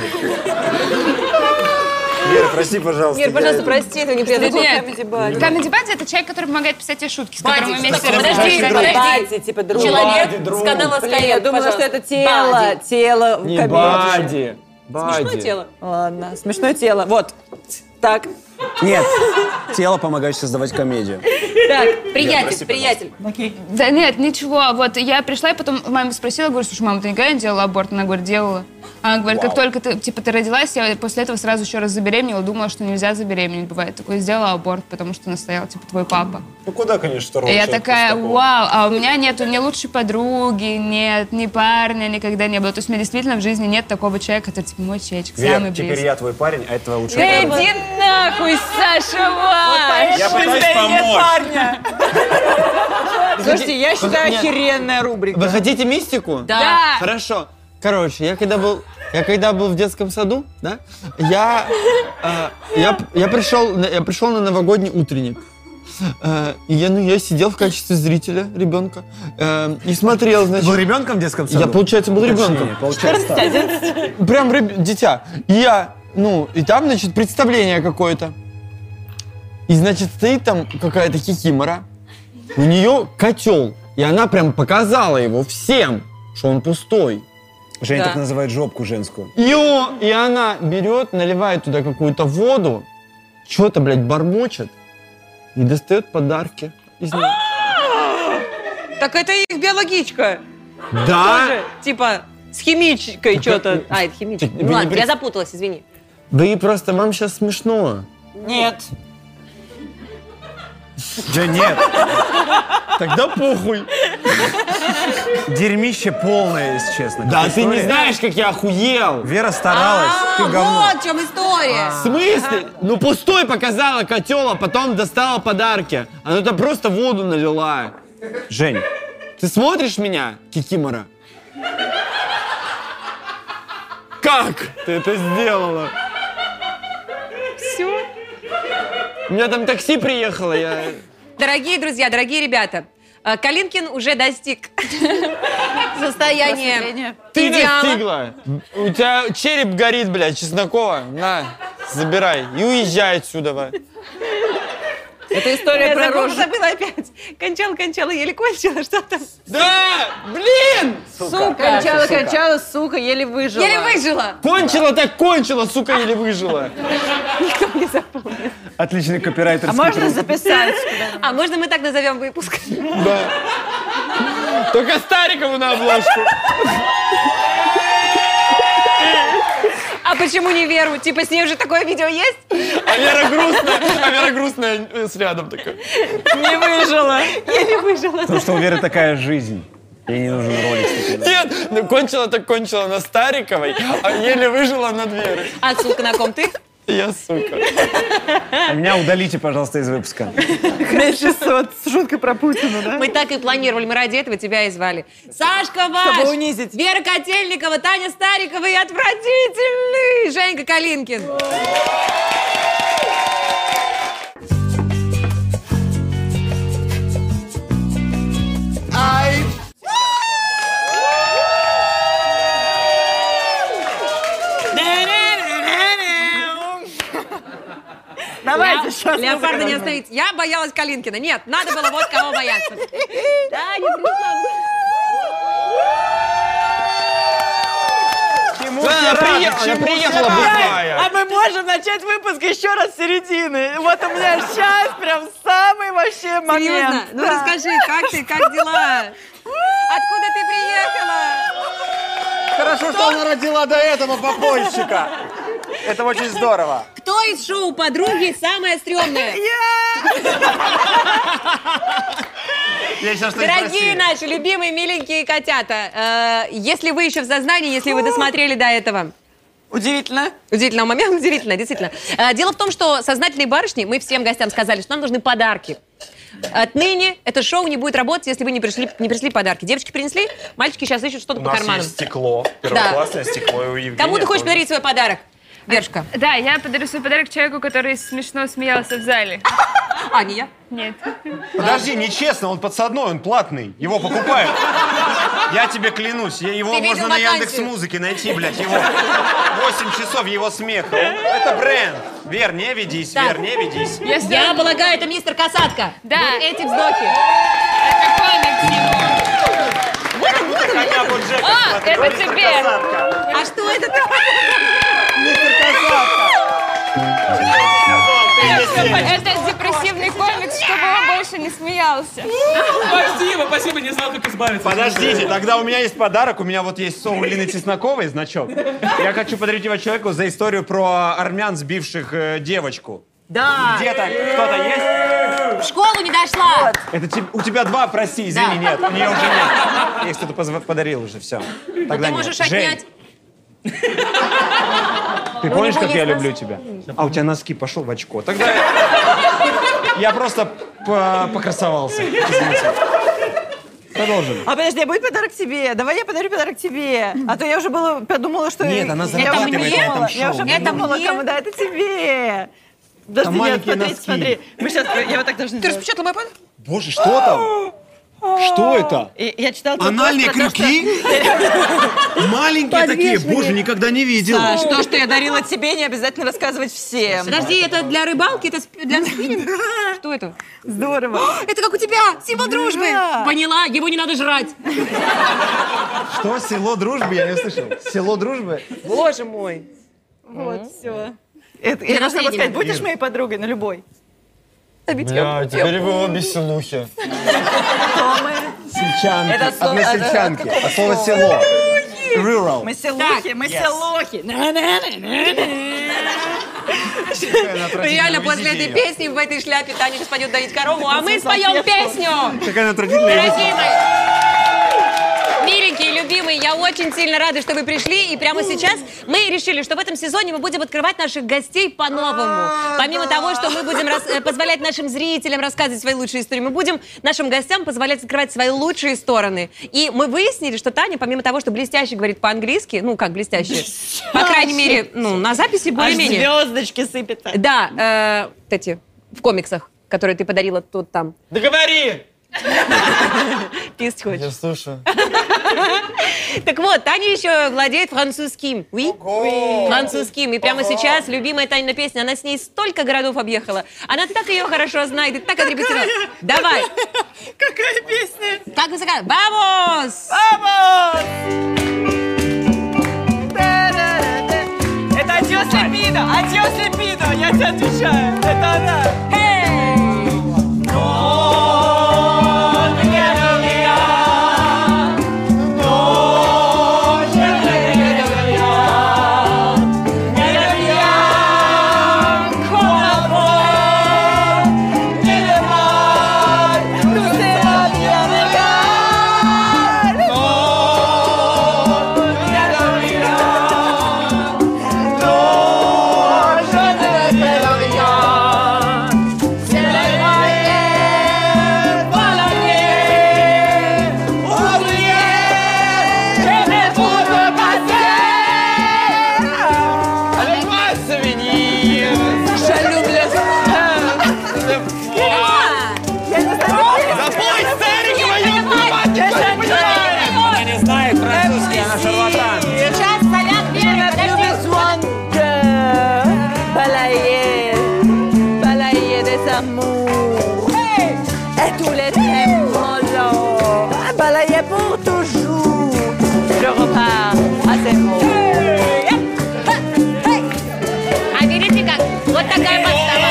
Вера, прости, пожалуйста. Мир, пожалуйста, прости, это не приятно. Нет, Камеди Бади. Камеди Бадди — это человек, который помогает писать тебе шутки, с которым мы вместе Подожди, разговариваем. подожди. типа друг. Человек Бади, друг. с канала Блин, я Скайп, думала, что пожалуйста. это тело, Бади. тело в Не кабинете. Бади. Смешное Бади. тело. Ладно, смешное тело. Вот. Так. Нет, тело помогает создавать комедию. Так, приятель, приятель. Да нет, ничего. Вот я пришла и потом маму спросила, говорю, слушай, мама, ты никогда не делала аборт? Она говорит, делала. Она говорит, как только ты, типа, ты родилась, я после этого сразу еще раз забеременела, думала, что нельзя забеременеть, бывает такое. Сделала аборт, потому что настоял, типа, твой папа. Ну куда, конечно, второго И я человека такая, с такого? вау, а у меня нету ни лучшей подруги, нет, ни парня никогда не было. То есть у меня действительно в жизни нет такого человека, который, типа, мой человечек, Вер, самый теперь близкий. я твой парень, а это твоя Да лучшая подруга. иди нахуй, Саша Ваш! Я пытаюсь помочь. Слушайте, я считаю, Нет. охеренная рубрика. Вы хотите мистику? Да. Хорошо. Короче, я когда был, я когда был в детском саду, да, я, э, я, я пришел, на- я пришел на новогодний утренник. Э, и я, ну, я сидел в качестве зрителя, ребенка, э, и смотрел, значит. Был ребенком в детском саду? Я, получается, был Уточнение, ребенком. Получается, так. Прям реб- дитя. И я, ну, и там, значит, представление какое-то. И, значит, стоит там какая-то хикимора. У нее котел. И она прям показала его всем, что он пустой. Женя Да. так называет жопку женскую. И, о, и она берет, наливает туда какую-то воду, что-то, блядь, бормочет и достает подарки из них. Так это их биологичка. Да? Тоже, типа, с химичкой что-то. А, это химичка. Так Ну вы ладно, не я пред- запуталась, извини. Да и просто вам сейчас смешно. Нет. Да нет, Тогда похуй. дерьмище полное, если честно. Да Как ты не история. знаешь, как я охуел. Вера старалась, ты говно. Вот в чем история. В смысле? Ну пустой показала котел, а потом достала подарки. Она туда просто воду налила. Жень, Ты смотришь меня, Кикимора? Как ты это сделала? Все. У меня там такси приехало, я... Дорогие друзья, дорогие ребята, э, Калинкин уже достиг состояния Ты идеала. достигла. У тебя череп горит, блядь, Чеснокова. На, забирай и уезжай отсюда. Ва. Это история Я про забыла, рожу. забыла опять. Кончала, кончала, еле кончила, что там? Да, блин! Сука. Кончала, кончала, сука, еле выжила. Еле выжила. Кончила так кончила, сука, еле выжила. Никто не запомнит. отличный копирайтер. А можно записать? А можно мы так назовем выпуск? Да. Только Старикову на обложку. А почему не Веру? Типа с ней уже такое видео есть? А Вера грустная, а Вера грустная э, с рядом такая. Не выжила. Еле выжила. Потому что у Веры такая жизнь. Ей не нужен ролик с таким. Нет, ну кончила так кончила на Стариковой, а еле выжила над Верой. А ссылка на ком ты? Я сука. А меня удалите, пожалуйста, из выпуска. шестьсот с шуткой про Путина, да? Мы так и планировали, мы ради этого тебя и звали. Сашка Ваш, Чтобы унизить. Вера Котельникова, Таня Старикова и отвратительный Женька Калинкин. Давайте сейчас. Леопарда не остановить. Я боялась Калинкина. Нет, надо было вот кого бояться. Таня пришла. Да, она приехала, она приехала бухая. А мы можем начать выпуск еще раз с середины. Вот у меня сейчас прям самый вообще момент. Серьезно? Ну Да. расскажи, как ты, как дела? Откуда ты приехала? Хорошо, что она родила до этого попойщика. Это очень здорово. Кто из шоу «Подруги» самая стрёмная? Я сейчас что-нибудь Дорогие спросил. наши любимые миленькие котята, э, если вы еще в сознании, если вы досмотрели до этого, Удивительно. удивительный момент, удивительно, действительно. Э, дело в том, что сознательные барышни, мы всем гостям сказали, что нам нужны подарки. Отныне это шоу не будет работать, если вы не пришли, не пришли подарки. Девочки принесли, мальчики сейчас ищут что-то У по нас карманам. есть стекло, первоклассное стекло, и у Евгения Кому ты хочешь тоже. подарить свой подарок? Вершка. Да, я подарю свой подарок человеку, который смешно смеялся в зале. А, не я? Нет. Подожди, нечестно, он подсадной, он платный, его покупают. Я тебе клянусь, я- его Ты видел можно на вакансию? Яндекс.Музыке найти, блядь, его восемь часов его смеха. Он- Это бренд. Вер, не ведись, Так. Вер, не ведись. Если Я он- полагаю, это мистер Касатка. Да. Вот эти вздохи. Это комик с него. Хотя бы Джека А, смотри, это мистер тебе. Касатка. А что это такое? Мистер Касатка. Это депрессивный комикс, чтобы он больше не смеялся. Спасибо, спасибо, не знал, как избавиться. Подождите, тогда у меня есть подарок. У меня вот есть сову Лины Чесноковой, значок. Я хочу подарить его человеку за историю про армян, сбивших э, девочку. Да. Где-то кто-то есть? В школу не дошла. Это te- у тебя два, прости, извини, Да. нет. У нее уже нет. Ей кто-то позв- подарил уже, все. Тогда Ты нет. можешь Жень, отнять. ты У помнишь, него как я есть люблю носки. тебя? А у тебя носки, пошел в очко. Тогда я, я просто по- покрасовался. Извините. Продолжим. А подожди, а будет подарок тебе? Давай я подарю подарок тебе. А то я уже было, подумала, что... Нет, она я зарабатывает уже на этом думала- шоу. Я уже Это подумала, мне? кому, да, это тебе. Подожди, Там нет, маленькие смотри, носки. смотри. Мы сейчас, я вот так должна Ты делать. распечатала мой подарок? Боже, что там? Что это? И я читала твой Анальные пост про то, крюки? Маленькие такие, боже, никогда не видел. Саш, то, что я дарила тебе, не обязательно рассказывать всем. Подожди, это для рыбалки, это сп- для спиннинга? Что это? Здорово. Это как у тебя, символ дружбы. Да. Поняла, его не надо жрать. Что, село дружбы? Я не услышал. Село дружбы? Боже мой. Вот, все. Это, Для я должна была сказать, наследия. будешь моей подругой, на любой. Бля, теперь вы обе селухи. Сельчанки. Это слово- Односельчанки. это- это От слова слово. село. Rural. Мы селухи, мы селухи. Реально, после этой песни в этой шляпе Таня сейчас пойдет доить корову, а мы споем песню. Какая она отвратительная. Дорогие мои, миленькие, любимые, я очень сильно рада, что вы пришли. И прямо сейчас мы решили, что в этом сезоне мы будем открывать наших гостей по-новому. Помимо того, что мы будем рас- э, позволять нашим зрителям рассказывать свои лучшие истории, мы будем нашим гостям позволять открывать свои лучшие стороны. И мы выяснили, что Таня, помимо того, что блестяще говорит по-английски, ну, как блестяще, по крайней мере, ну, на записи Аж более-менее. звездочки сыпятся. Да, э, вот эти, в комиксах, которые ты подарила тут там. Да говори! Писать хочешь? Я слушаю. Так вот, Таня еще владеет французским. Oui? Французским. И прямо сейчас любимая Танина песня, она с ней столько городов объехала. Она так ее хорошо знает и так отрепетировала. Давай. Какая песня? Как вы сказали? Vamos! Vamos! Это Адиос Лепидо! Адиос Лепидо! Я тебе отвечаю! Это она! Сейчас соляк первый, подожди. Balayer, balayer des amours et tous les temps longs, balayer pour toujours. Je repars à zéro. А видите как? Вот такая подстава.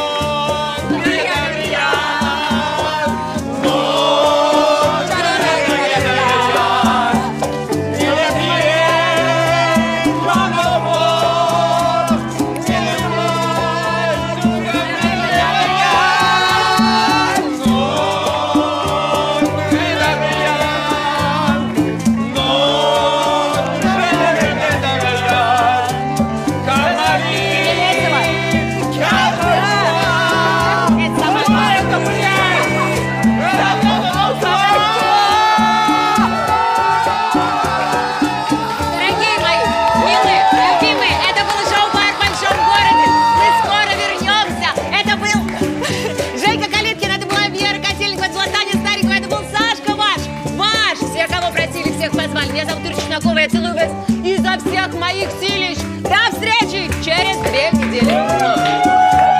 Дорогие мои, милые, любимые, это было шоу «Бар в большом городе». Мы скоро вернемся. Это был Женька Калиткин, это была Вера Котельникова, это была Таня Старикова, это был Сашка ваш. Ваш! Всех, кого просили, всех позвали. Меня зовут Ира Чеснокова, я целую вас изо всех моих силищ. До встречи через две недели.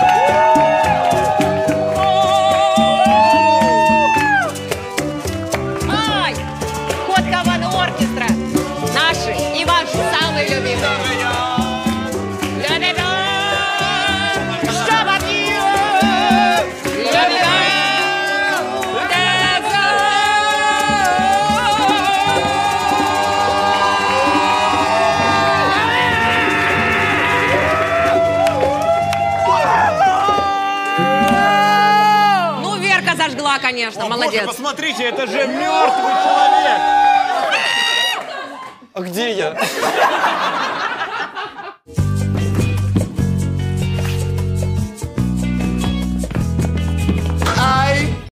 Ай! Ход команды оркестра. Наши и ваши самые любимые. Ля-ля-ля. Что вам не конечно, О, молодец. Боже, посмотрите, это же мертвый человек. А где я?